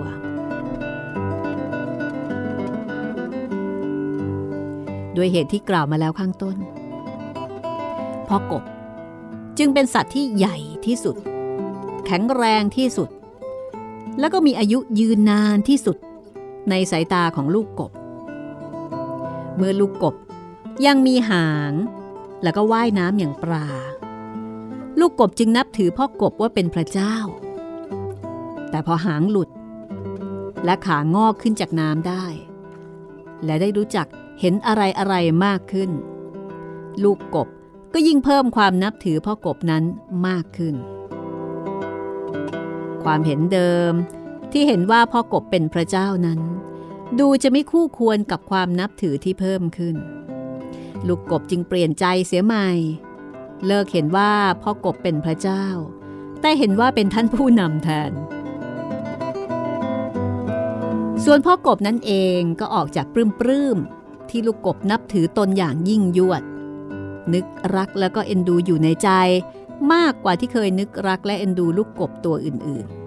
ด้วยเหตุที่กล่าวมาแล้วข้างต้นพ่อกบจึงเป็นสัตว์ที่ใหญ่ที่สุดแข็งแรงที่สุดแล้วก็มีอายุยืนนานที่สุดในสายตาของลูกกบเมื่อลูกกบยังมีหางแล้วก็ว่ายน้ำอย่างปลาลูกกบจึงนับถือพ่อกบว่าเป็นพระเจ้าแต่พอหางหลุดและขางอกขึ้นจากน้ำได้และได้รู้จักเห็นอะไรอะไรมากขึ้นลูกกบก็ยิ่งเพิ่มความนับถือพ่อกบนั้นมากขึ้นความเห็นเดิมที่เห็นว่าพ่อกบเป็นพระเจ้านั้นดูจะไม่คู่ควรกับความนับถือที่เพิ่มขึ้นลูกกบจึงเปลี่ยนใจเสียใหม่เลิกเห็นว่าพ่อกบเป็นพระเจ้าแต่เห็นว่าเป็นท่านผู้นำแทนส่วนพ่อกบนั่นเองก็ออกจากปลื้มๆที่ลูกกบนับถือตนอย่างยิ่งยวดนึกรักแล้วก็เอ็นดูอยู่ในใจมากกว่าที่เคยนึกรักและเอ็นดูลูกกบตัวอื่น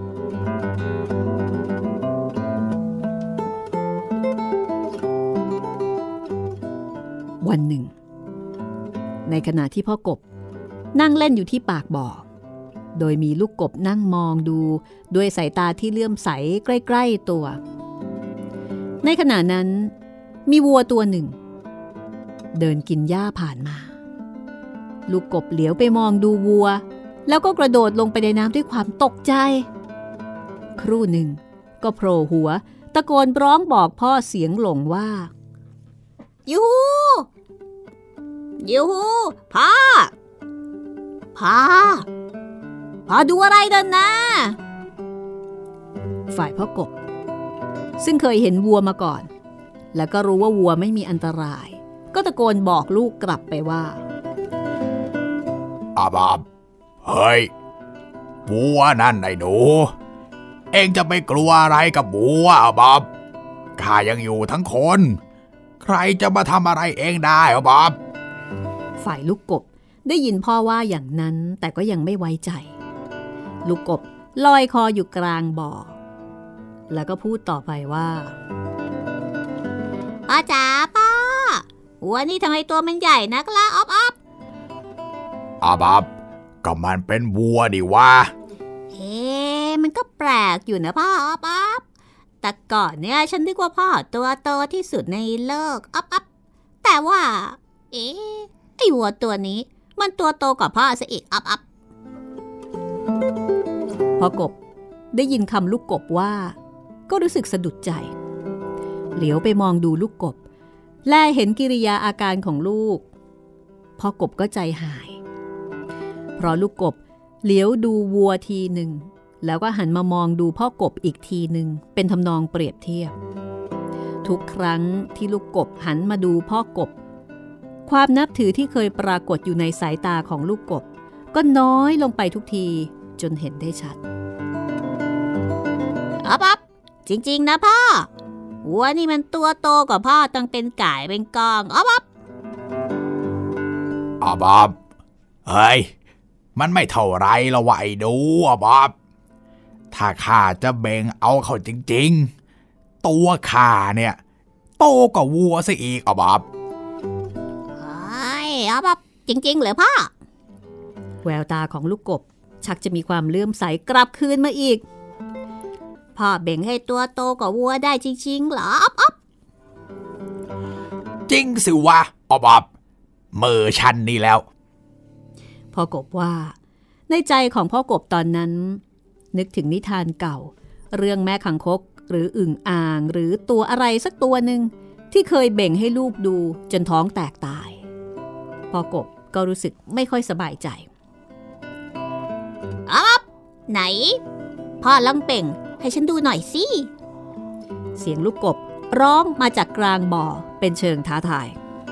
ๆวันหนึ่งในขณะที่พ่อกบนั่งเล่นอยู่ที่ปากบ่อโดยมีลูกกบนั่งมองดูด้วยสายตาที่เลื่อมใสใกล้ๆตัวในขณะนั้นมีวัวตัวหนึ่งเดินกินหญ้าผ่านมาลูกกบเหลียวไปมองดูวัวแล้วก็กระโดดลงไปในน้ำด้วยความตกใจครู่หนึ่งก็โผล่หัวตะโกนร้องบอกพ่อเสียงหลงว่ายูฮูยูฮูพ่อพ่อพ่อดูอะไรเดินนะฝ่ายพ่อกบซึ่งเคยเห็นวัวมาก่อนแล้วก็รู้ว่าวัวไม่มีอันตรายก็ตะโกนบอกลูกกลับไปว่าอาบอบเฮ้ยวัวนั่นไอ้หนูเอ็งจะไปกลัวอะไรกับวัวอาบอบข้ายังอยู่ทั้งคนใครจะมาทำอะไรเอ็งได้อาบอบฝ่ายลูกกบได้ยินพ่อว่าอย่างนั้นแต่ก็ยังไม่ไว้ใจลูกกบลอยคออยู่กลางบ่อแล้วก็พูดต่อไปว่าพ่อจ๋าพ่อวัวนี่ทำไมตัวมันใหญ่นักล่ะอ๊อบอ๊อบอาบอบก็มันเป็นวัวดิวะเอ๊ะมันก็แปลกอยู่นะพ่ออ๊อบอ๊อบแต่ก่อนเนี่ยฉันนึกว่าพ่อตัวโตที่สุดในโลกอ๊อบอ๊อบแต่ว่าเอ๊ะไอ้วัวตัวนี้มันตัวโตกว่าพ่อซะอีกอ๊อบอ๊อบพ่อกบได้ยินคำลูกกบว่าก็รู้สึกสะดุดใจเหลียวไปมองดูลูกกบแลเห็นกิริยาอาการของลูกพ่อกบก็ใจหายเพราะลูกกบเหลียวดูวัวทีหนึ่งแล้วก็หันมามองดูพ่อกบอีกทีหนึ่งเป็นทำนองเปรียบเทียบทุกครั้งที่ลูกกบหันมาดูพ่อกบความนับถือที่เคยปรากฏอยู่ในสายตาของลูกกบก็น้อยลงไปทุกทีจนเห็นได้ชัดอ๊อบอ๊อบจริงๆนะพ่อวัวนี่มันตัวโตกว่าพ่อตั้งเป็นก่ายเป็นกองอ๊อบอ๊อบอ๊อบอ๊อบเฮ้ยมันไม่เท่าไรละวะไอ้ดูอ๊อบอ๊อบถ้าข้าจะเบ่งเอาเข้าจริงๆตัวข้าเนี่ยโตกว่าวัวซะอีกอ๊อบอ๊อบเฮ้ยอ๊อบอ๊อบจริงๆเหรอพ่อแววตาของลูกกบชักจะมีความเลื่อมใสกลับคืนมาอีกพ่อเบ่งให้ตัวโตกว่าวัวได้จริงๆเหรออ๊อบอ๊อบจริงสิวะอ๊อบอ๊อบมือฉันนี่แล้วพ่อกบว่าในใจของพ่อกบตอนนั้นนึกถึงนิทานเก่าเรื่องแม่ขังคกหรืออึ่งอ่างหรือตัวอะไรสักตัวหนึ่งที่เคยเบ่งให้ลูกดูจนท้องแตกตายพ่อกบก็รู้สึกไม่ค่อยสบายใจอ๊อบไหนพ่อลองเบ่งให้ฉันดูหน่อยสิเสียงลูกกบร้องมาจากกลางบ่อเป็นเชิงท้าทาย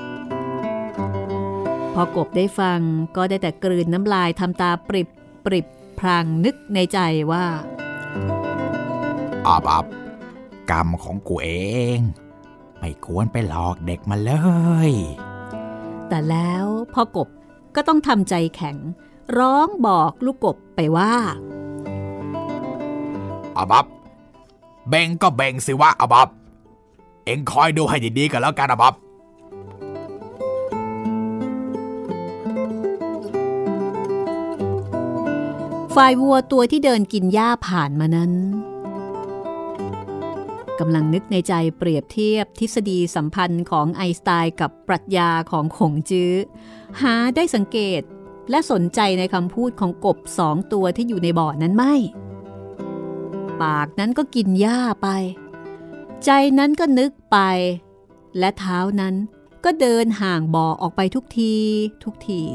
พอกบได้ฟังก็ได้แต่กลืนน้ำลายทำตาปริบปริบพลางนึกในใจว่าอ๊อบอ๊อบกรรมของกูเองไม่ควรไปหลอกเด็กมาเลยแต่แล้วพ่อกบก็ต้องทำใจแข็งร้องบอกลูกกบไปว่าอ๊อบอ๊อบเบ่งก็เบ่งสิวะอ๊อบอ๊อบเอ็งคอยดูให้ดีๆกันแล้วกันอ๊อบอ๊อบฝ่ายวัวตัวที่เดินกินหญ้าผ่านมานั้นกำลังนึกในใจเปรียบเทียบทฤษฎีสัมพันธ์ของไอน์สไตน์กับปรัชญาของขงจื้อหาได้สังเกตและสนใจในคำพูดของกบสองตัวที่อยู่ในบ่อนั้นไม่ปากนั้นก็กินหญ้าไปใจนั้นก็นึกไปและเท้านั้นก็เดินห่างบ่อออกไปทุกทีทุกที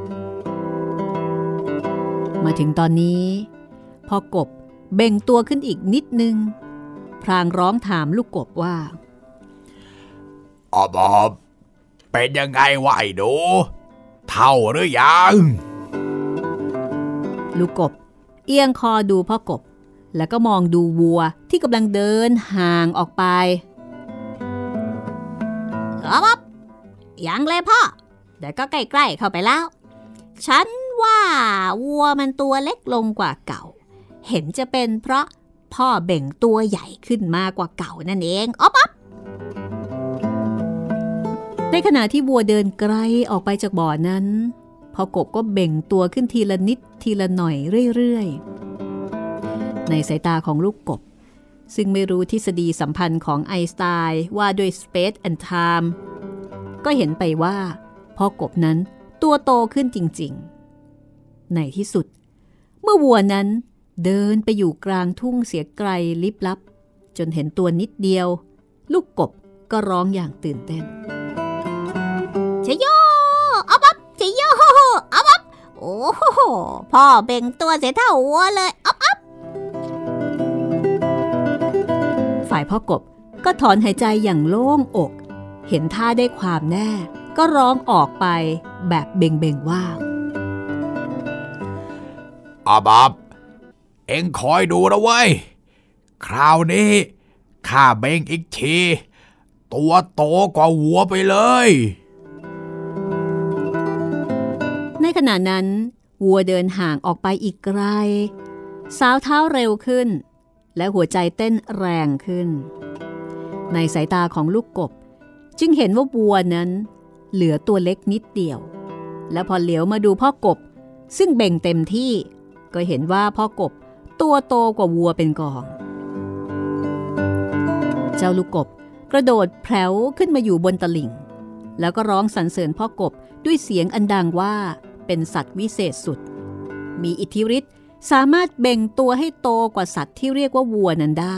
มาถึงตอนนี้พอกบเบ่งตัวขึ้นอีกนิดนึงพลางร้องถามลูกกบว่าอ๊อบอ๊อบเป็นยังไงวะไอ้ดูเท่าหรือยังลูกกบเอียงคอดูพ่อกบแล้วก็มองดูวัวที่กำลังเดินห่างออกไปอ๊อบอ๊อบยังเลยพ่อแต่ก็ใกล้ๆเข้าไปแล้วฉันว่าวัวมันตัวเล็กลงกว่าเก่าเห็นจะเป็นเพราะพ่อเบ่งตัวใหญ่ขึ้นมากกว่าเก่านั่นเองอ๊อบอ๊อบในขณะที่วัวเดินไกลออกไปจากบ่อนั้นพ่อกบก็เบ่งตัวขึ้นทีละนิดทีละหน่อยเรื่อยๆในสายตาของลูกกบซึ่งไม่รู้ทฤษฎีสัมพันธ์ของไอน์สไตน์ว่าด้วย Space and Time ก็เห็นไปว่าพ่อกบนั้นตัวโตขึ้นจริงๆในที่สุดเมื่อวัวนั้นเดินไปอยู่กลางทุ่งเสียไกลลิบลับจนเห็นตัวนิดเดียวลูกกบก็ร้องอย่างตื่นเต้นชโยอ๊อบอ๊อบชโยอ๊อบอ๊อบโอ้โหพ่อเบ่งตัวเสียเท่าวัวเลยอ๊อบอ๊อบฝ่ายพ่อกบก็ถอนหายใจอย่างโล่งอกเห็นท่าได้ความแน่ก็ร้องออกไปแบบเบ่งๆว่าอาบับเอ็งคอยดูนะเว้ยคราวนี้ข้าเบ่งอีกทีตัวโตกว่าวัวไปเลยในขณะนั้นวัวเดินห่างออกไปอีกไกลสาวเท้าเร็วขึ้นและหัวใจเต้นแรงขึ้นในสายตาของลูกกบจึงเห็นว่าวัวนั้นเหลือตัวเล็กนิดเดียวและพอเหลียวมาดูพ่อกบซึ่งเบ่งเต็มที่ก็เห็นว่าพ่อกบตัวโตกว่าวัวเป็นกองเจ้าลูกกบกระโดดแผลวขึ้นมาอยู่บนตลิ่งแล้วก็ร้องสรรเสริญพ่อกบด้วยเสียงอันดังว่าเป็นสัตว์วิเศษสุดมีอิทธิฤทธิ์สามารถเบ่งตัวให้โตกว่าสัตว์ที่เรียกว่าวัวนั้นได้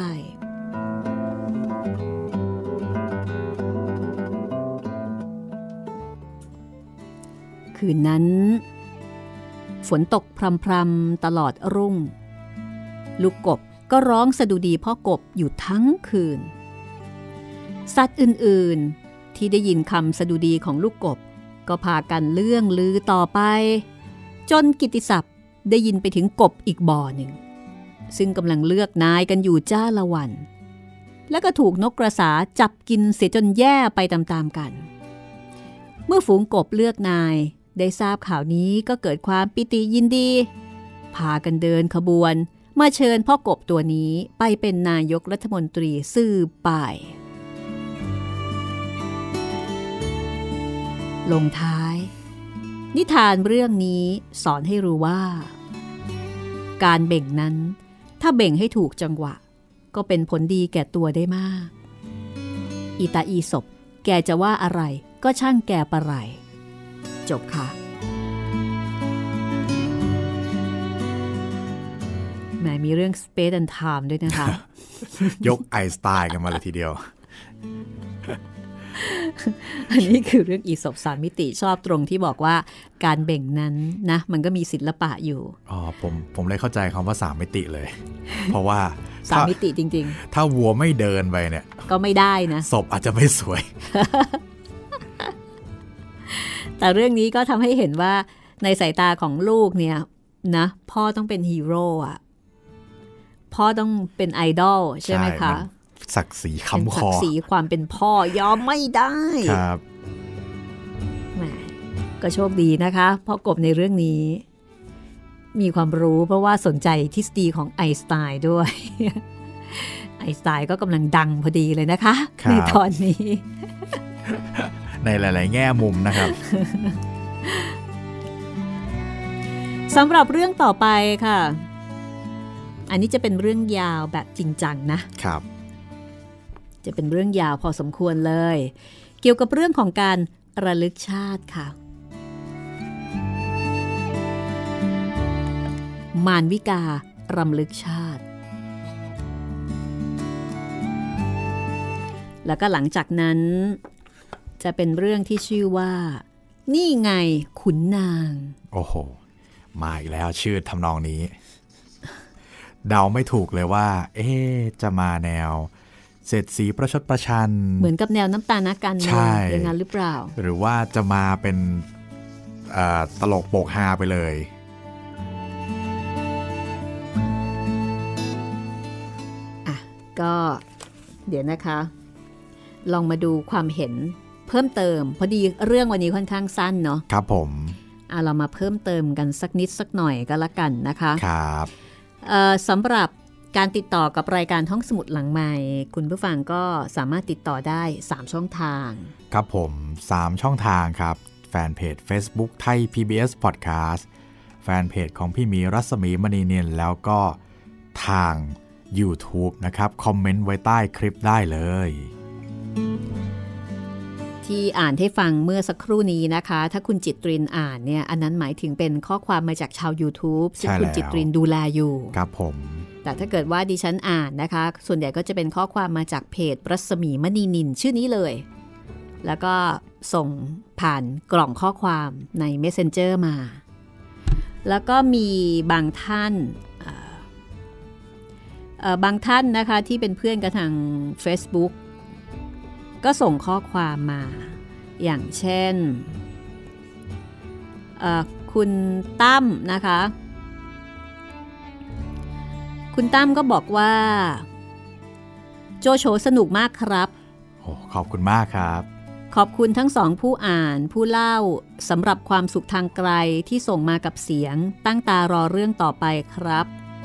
คืนนั้นฝนตกพรำๆตลอดรุ่งลูกกบก็ร้องสดุดีพ่อกบอยู่ทั้งคืนสัตว์อื่นๆที่ได้ยินคำสดุดีของลูกกบก็พากันเลื่องลือต่อไปจนกิตติศัพท์ได้ยินไปถึงกบอีกบ่อหนึ่งซึ่งกำลังเลือกนายกันอยู่จ้าละวันและก็ถูกนกกระสาจับกินเสียจนแย่ไปตามๆกันเมื่อฝูงกบเลือกนายได้ทราบข่าวนี้ก็เกิดความปิติยินดีพากันเดินขบวนมาเชิญพ่อกบตัวนี้ไปเป็นนายกรัฐมนตรีสืบไปลงท้ายนิทานเรื่องนี้สอนให้รู้ว่าการเบ่งนั้นถ้าเบ่งให้ถูกจังหวะก็เป็นผลดีแก่ตัวได้มากอีตาอีศพแกจะว่าอะไรก็ช่างแกปะไรจบค่ะแหมมีเรื่อง Space and Time ด้วยนะคะยกไอน์สไตน์กันมาเลยทีเดียวอันนี้คือเรื่องอีศพสามมิติชอบตรงที่บอกว่าการเบ่งนั้นนะมันก็มีศิลปะอยู่อ๋อผมผมเลยเข้าใจคำว่าสามมิติเลย เพราะว่าสามมิติจริงๆถ้าวัวไม่เดินไปเนี่ยก็ไม่ได้นะศพอาจจะไม่สวยแต่เรื่องนี้ก็ทำให้เห็นว่าในสายตาของลูกเนี่ยนะพ่อต้องเป็นฮีโร่อะพ่อต้องเป็นไอดอลใช่ไหมคะศักดิ์ศรีคำคอศักดิ์ศรีความเป็นพ่อยอมไม่ได้ครับแหมก็โชคดีนะคะพ่อกบในเรื่องนี้มีความรู้เพราะว่าสนใจทฤษฎีของไอน์สไตน์ด้วยไอน์สไตน์ก็กำลังดังพอดีเลยนะคะในตอนนี้ในหลายๆแง่มุมนะครับสำหรับเรื่องต่อไปค่ะอันนี้จะเป็นเรื่องยาวแบบจริงจังนะครับจะเป็นเรื่องยาวพอสมควรเลยเกี่ยวกับเรื่องของการระลึกชาติค่ะมารวิการำลึกชาติแล้วก็หลังจากนั้นจะเป็นเรื่องที่ชื่อว่านี่ไงขุนนางโอ้โหมาอีกแล้วชื่อทำนองนี้เดาไม่ถูกเลยว่าเอ๊ะจะมาแนวเศรษฐีประชดประชันเหมือนกับแนวน้ำตาลนักการเมืองอย่างนั้นหรือเปล่าหรือว่าจะมาเป็นตลกโปกฮาไปเลยอ่ะก็เดี๋ยวนะคะลองมาดูความเห็นเพิ่มเติมพอดีเรื่องวันนี้ค่อนข้างสั้นเนาะครับผมอ่ะเรามาเพิ่มเติมกันสักนิดสักหน่อยก็แล้วกันนะคะครับสำหรับการติดต่อกับรายการห้องสมุดหลังใหม่คุณผู้ฟังก็สามารถติดต่อได้สามช่องทางครับผมสามช่องทางครับแฟนเพจ Facebook ไทย พี บี เอส Podcast แฟนเพจของพี่มีรัศมีมณีเนียนแล้วก็ทาง YouTube นะครับคอมเมนต์ไว้ใต้คลิปได้เลยที่อ่านให้ฟังเมื่อสักครู่นี้นะคะถ้าคุณจิตรินอ่านเนี่ยอันนั้นหมายถึงเป็นข้อความมาจากชาว YouTube ซึ่งคุณจิตรินดูแลอยู่ครับผมแต่ถ้าเกิดว่าดิฉันอ่านนะคะส่วนใหญ่ก็จะเป็นข้อความมาจากเพจรัศมีมณีนินชื่อนี้เลยแล้วก็ส่งผ่านกล่องข้อความใน Messenger มาแล้วก็มีบางท่านบางท่านนะคะที่เป็นเพื่อนกันทาง Facebook ก็ส่งข้อความมาอย่างเช่นคุณตั้มนะคะคุณตั้มก็บอกว่าโจโฉสนุกมากครับโอ้ขอบคุณมากครับขอบคุณทั้งสองผู้อ่านผู้เล่าสำหรับความสุขทางไกลที่ส่งมากับเสียงตั้งตารอเรื่องต่อไปครับ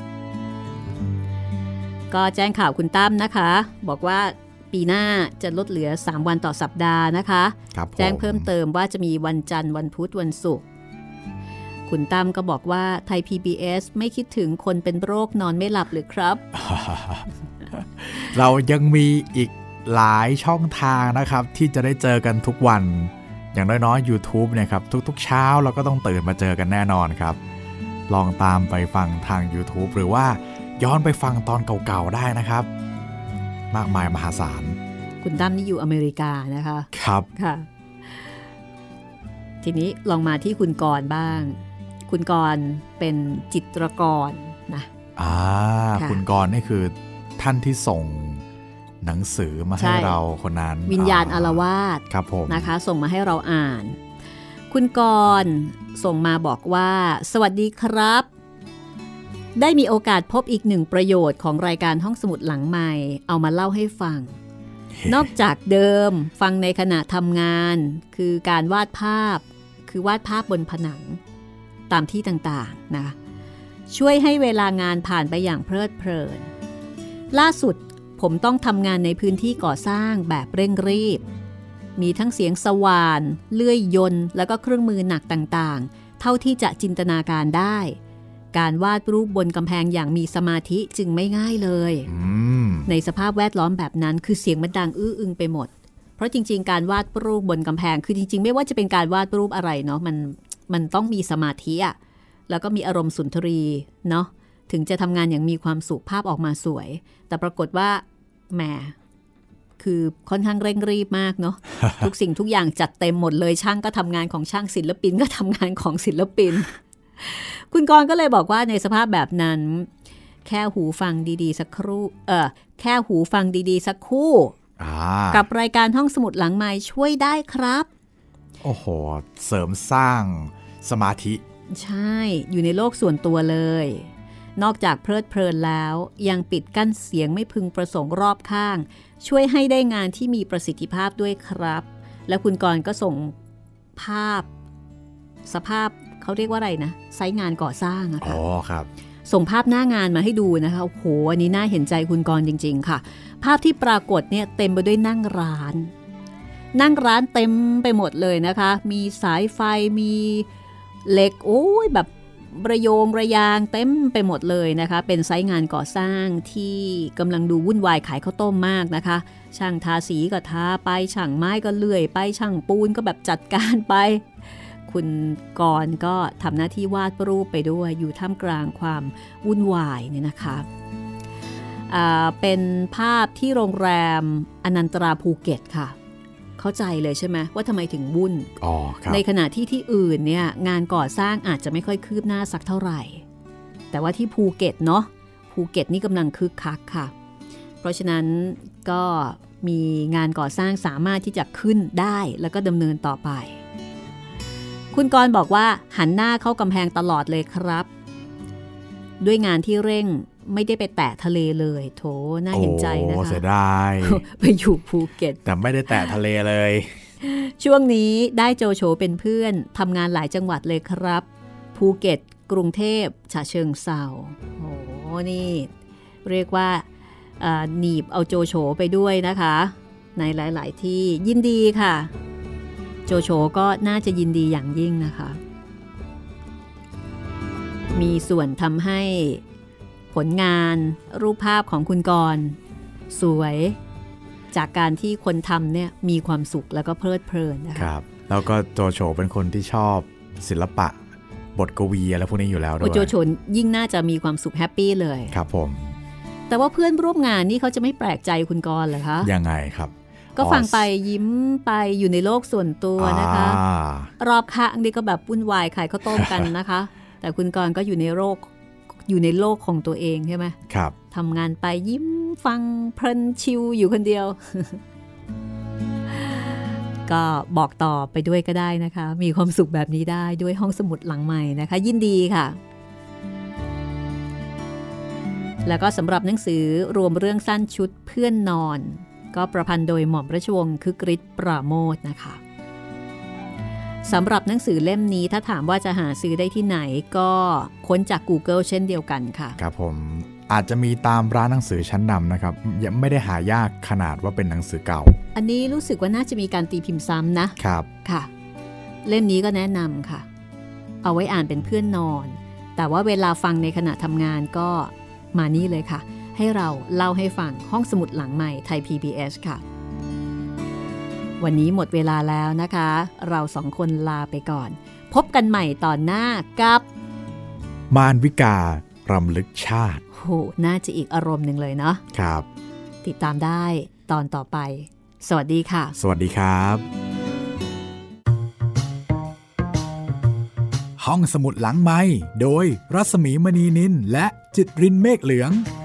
ก็แจ้งข่าวคุณตั้มนะคะบอกว่าปีหน้าจะลดเหลือสามวันต่อสัปดาห์นะคะแจ้งเพิ่มเติมว่าจะมีวันจันทร์วันพุธวันศุกร์คุณตั้มก็บอกว่าไทย พี บี เอส ไม่คิดถึงคนเป็นโรคนอนไม่หลับหรือครับเรายังมีอีกหลายช่องทางนะครับที่จะได้เจอกันทุกวันอย่างน้อยๆ YouTube เนี่ยครับทุกๆเช้าเราก็ต้องตื่นมาเจอกันแน่นอนครับลองตามไปฟังทาง YouTube หรือว่าย้อนไปฟังตอนเก่าๆได้นะครับมากมายมหาศาลคุณตั้มนี่อยู่อเมริกานะคะครับค่ะทีนี้ลองมาที่คุณกรณ์บ้างคุณกรณ์เป็นจิตรกรนะอ่าคุณกรณ์นี่คือท่านที่ส่งหนังสือมาให้เราคนนั้นวิญญาณอาละวาดครับผมนะคะส่งมาให้เราอ่านคุณกรณ์ส่งมาบอกว่าสวัสดีครับได้มีโอกาสพบอีกหนึ่งประโยชน์ของรายการห้องสมุดหลังใหม่เอามาเล่าให้ฟัง นอกจากเดิมฟังในขณะทำงานคือการวาดภาพคือวาดภาพบนผนังตามที่ต่างๆนะช่วยให้เวลางานผ่านไปอย่างเพลิดเพลินล่าสุดผมต้องทำงานในพื้นที่ก่อสร้างแบบเร่งรีบมีทั้งเสียงสว่านเลื่อยยนต์แล้วก็เครื่องมือหนักต่างๆเท่าที่จะจินตนาการได้การวาดรูปบนกำแพงอย่างมีสมาธิจึงไม่ง่ายเลยในสภาพแวดล้อมแบบนั้นคือเสียงมันดังอื้ออึงไปหมดเพราะจริงๆการวาดรูปบนกำแพงคือจริงๆไม่ว่าจะเป็นการวาดรูปอะไรเนาะมันมันต้องมีสมาธิอะแล้วก็มีอารมณ์สุนทรีเนาะถึงจะทำงานอย่างมีความสุขภาพออกมาสวยแต่ปรากฏว่าแหมคือค่อนข้างเร่งรีบมากเนาะ ทุกสิ่งทุกอย่างจัดเต็มหมดเลยช่างก็ทำงานของช่างศิลปินก็ทำงานของศิลปิน คุณกรณ์ก็เลยบอกว่าในสภาพแบบนั้นแค่หูฟังดีๆสักครู่เออแค่หูฟังดีๆสักคู่กับรายการห้องสมุดหลังไมค์ช่วยได้ครับโอ้โหเสริมสร้างสมาธิใช่อยู่ในโลกส่วนตัวเลยนอกจากเพลิดเพลินแล้วยังปิดกั้นเสียงไม่พึงประสงค์รอบข้างช่วยให้ได้งานที่มีประสิทธิภาพด้วยครับและคุณกรณ์ก็ส่งภาพสภาพเขาเรียกว่าอะไรนะไซต์งานก่อสร้างอะค่ะอ๋อครับส่งภาพหน้างานมาให้ดูนะคะโอ้โหอันนี้น่าเห็นใจคุณกรณ์จริงๆค่ะภาพที่ปรากฏเนี่ยเต็มไปด้วยนั่งร้านนั่งร้านเต็มไปหมดเลยนะคะมีสายไฟมีเหล็กโอ้ยแบบระโยงระยางเต็มไปหมดเลยนะคะเป็นไซต์งานก่อสร้างที่กำลังดูวุ่นวายขายข้าวต้มมากนะคะช่างทาสีก็ทาไปช่างไม้ก็เลื่อยไปช่างปูนก็แบบจัดการไปคุณกรณ์ก็ทำหน้าที่วาดรูปไปด้วยอยู่ท่ามกลางความวุ่นวายเนี่ยนะคะอ่าเป็นภาพที่โรงแรมอนันตราภูเก็ตค่ะเข้าใจเลยใช่ไหมว่าทำไมถึงวุ่นในขณะที่ที่อื่นเนี่ยงานก่อสร้างอาจจะไม่ค่อยคืบหน้าสักเท่าไหร่แต่ว่าที่ภูเก็ตเนาะภูเก็ตนี่กำลังคึกคักค่ะเพราะฉะนั้นก็มีงานก่อสร้างสามารถที่จะขึ้นได้แล้วก็ดำเนินต่อไปคุณกรณ์บอกว่าหันหน้าเข้ากำแพงตลอดเลยครับด้วยงานที่เร่งไม่ได้ไปแตะทะเลเลยโถน่าเห็นใจนะคะโอ้เสียดายไปอยู่ภูเก็ตแต่ไม่ได้แตะทะเลเลยช่วงนี้ได้โจโฉเป็นเพื่อนทำงานหลายจังหวัดเลยครับภูเก็ตกรุงเทพฉะเชิงเทราโอ้นี่เรียกว่าหนีบเอาโจโฉไปด้วยนะคะในหลายๆที่ยินดีค่ะโจโฉก็น่าจะยินดีอย่างยิ่งนะคะมีส่วนทำให้ผลงานรูปภาพของคุณกรณ์สวยจากการที่คนทำเนี่ยมีความสุขแล้วก็เพลิดเพลินนะคะครับแล้วก็โจโฉเป็นคนที่ชอบศิลปะบทกวีอะไรพวกนี้อยู่แล้วด้วยโจโฉยิ่งน่าจะมีความสุขแฮปปี้เลยครับผมแต่ว่าเพื่อนร่วมงานนี่เขาจะไม่แปลกใจคุณกรณ์เหรอคะยังไงครับก็ฟังไปยิ้มไปอยู่ในโลกส่วนตัวนะคะรอบข้างนี่ก็แบบวุ่นวายขายข้าวต้มกันนะคะแต่คุณกรณ์ก็อยู่ในโลกอยู่ในโลกของตัวเองใช่ไหมครับทำงานไปยิ้มฟังเพลินชิลอยู่คนเดียวก็บอกต่อไปด้วยก็ได้นะคะมีความสุขแบบนี้ได้ด้วยห้องสมุดหลังใหม่นะคะยินดีค่ะแล้วก็สำหรับหนังสือรวมเรื่องสั้นชุดเพื่อนนอนก็ประพันธ์โดยหม่อมราชวงศ์คึกฤทธิ์ปราโมทนะคะสำหรับหนังสือเล่มนี้ถ้าถามว่าจะหาซื้อได้ที่ไหนก็ค้นจาก Google เช่นเดียวกันค่ะครับผมอาจจะมีตามร้านหนังสือชั้นนำนะครับยังไม่ได้หายากขนาดว่าเป็นหนังสือเก่าอันนี้รู้สึกว่าน่าจะมีการตีพิมพ์ซ้ำนะครับค่ะเล่มนี้ก็แนะนำค่ะเอาไว้อ่านเป็นเพื่อนนอนแต่ว่าเวลาฟังในขณะทำงานก็มานี่เลยค่ะให้เราเล่าให้ฟังห้องสมุดหลังใหม่ไทย พี บี เอส ค่ะวันนี้หมดเวลาแล้วนะคะเราสองคนลาไปก่อนพบกันใหม่ตอนหน้ากับมารวิการำลึกชาติโหน่าจะอีกอารมณ์หนึ่งเลยเนาะครับติดตามได้ตอนต่อไปสวัสดีค่ะสวัสดีครับห้องสมุดหลังไมค์โดยรัศมีมณีนินและจิตรินเมฆเหลือง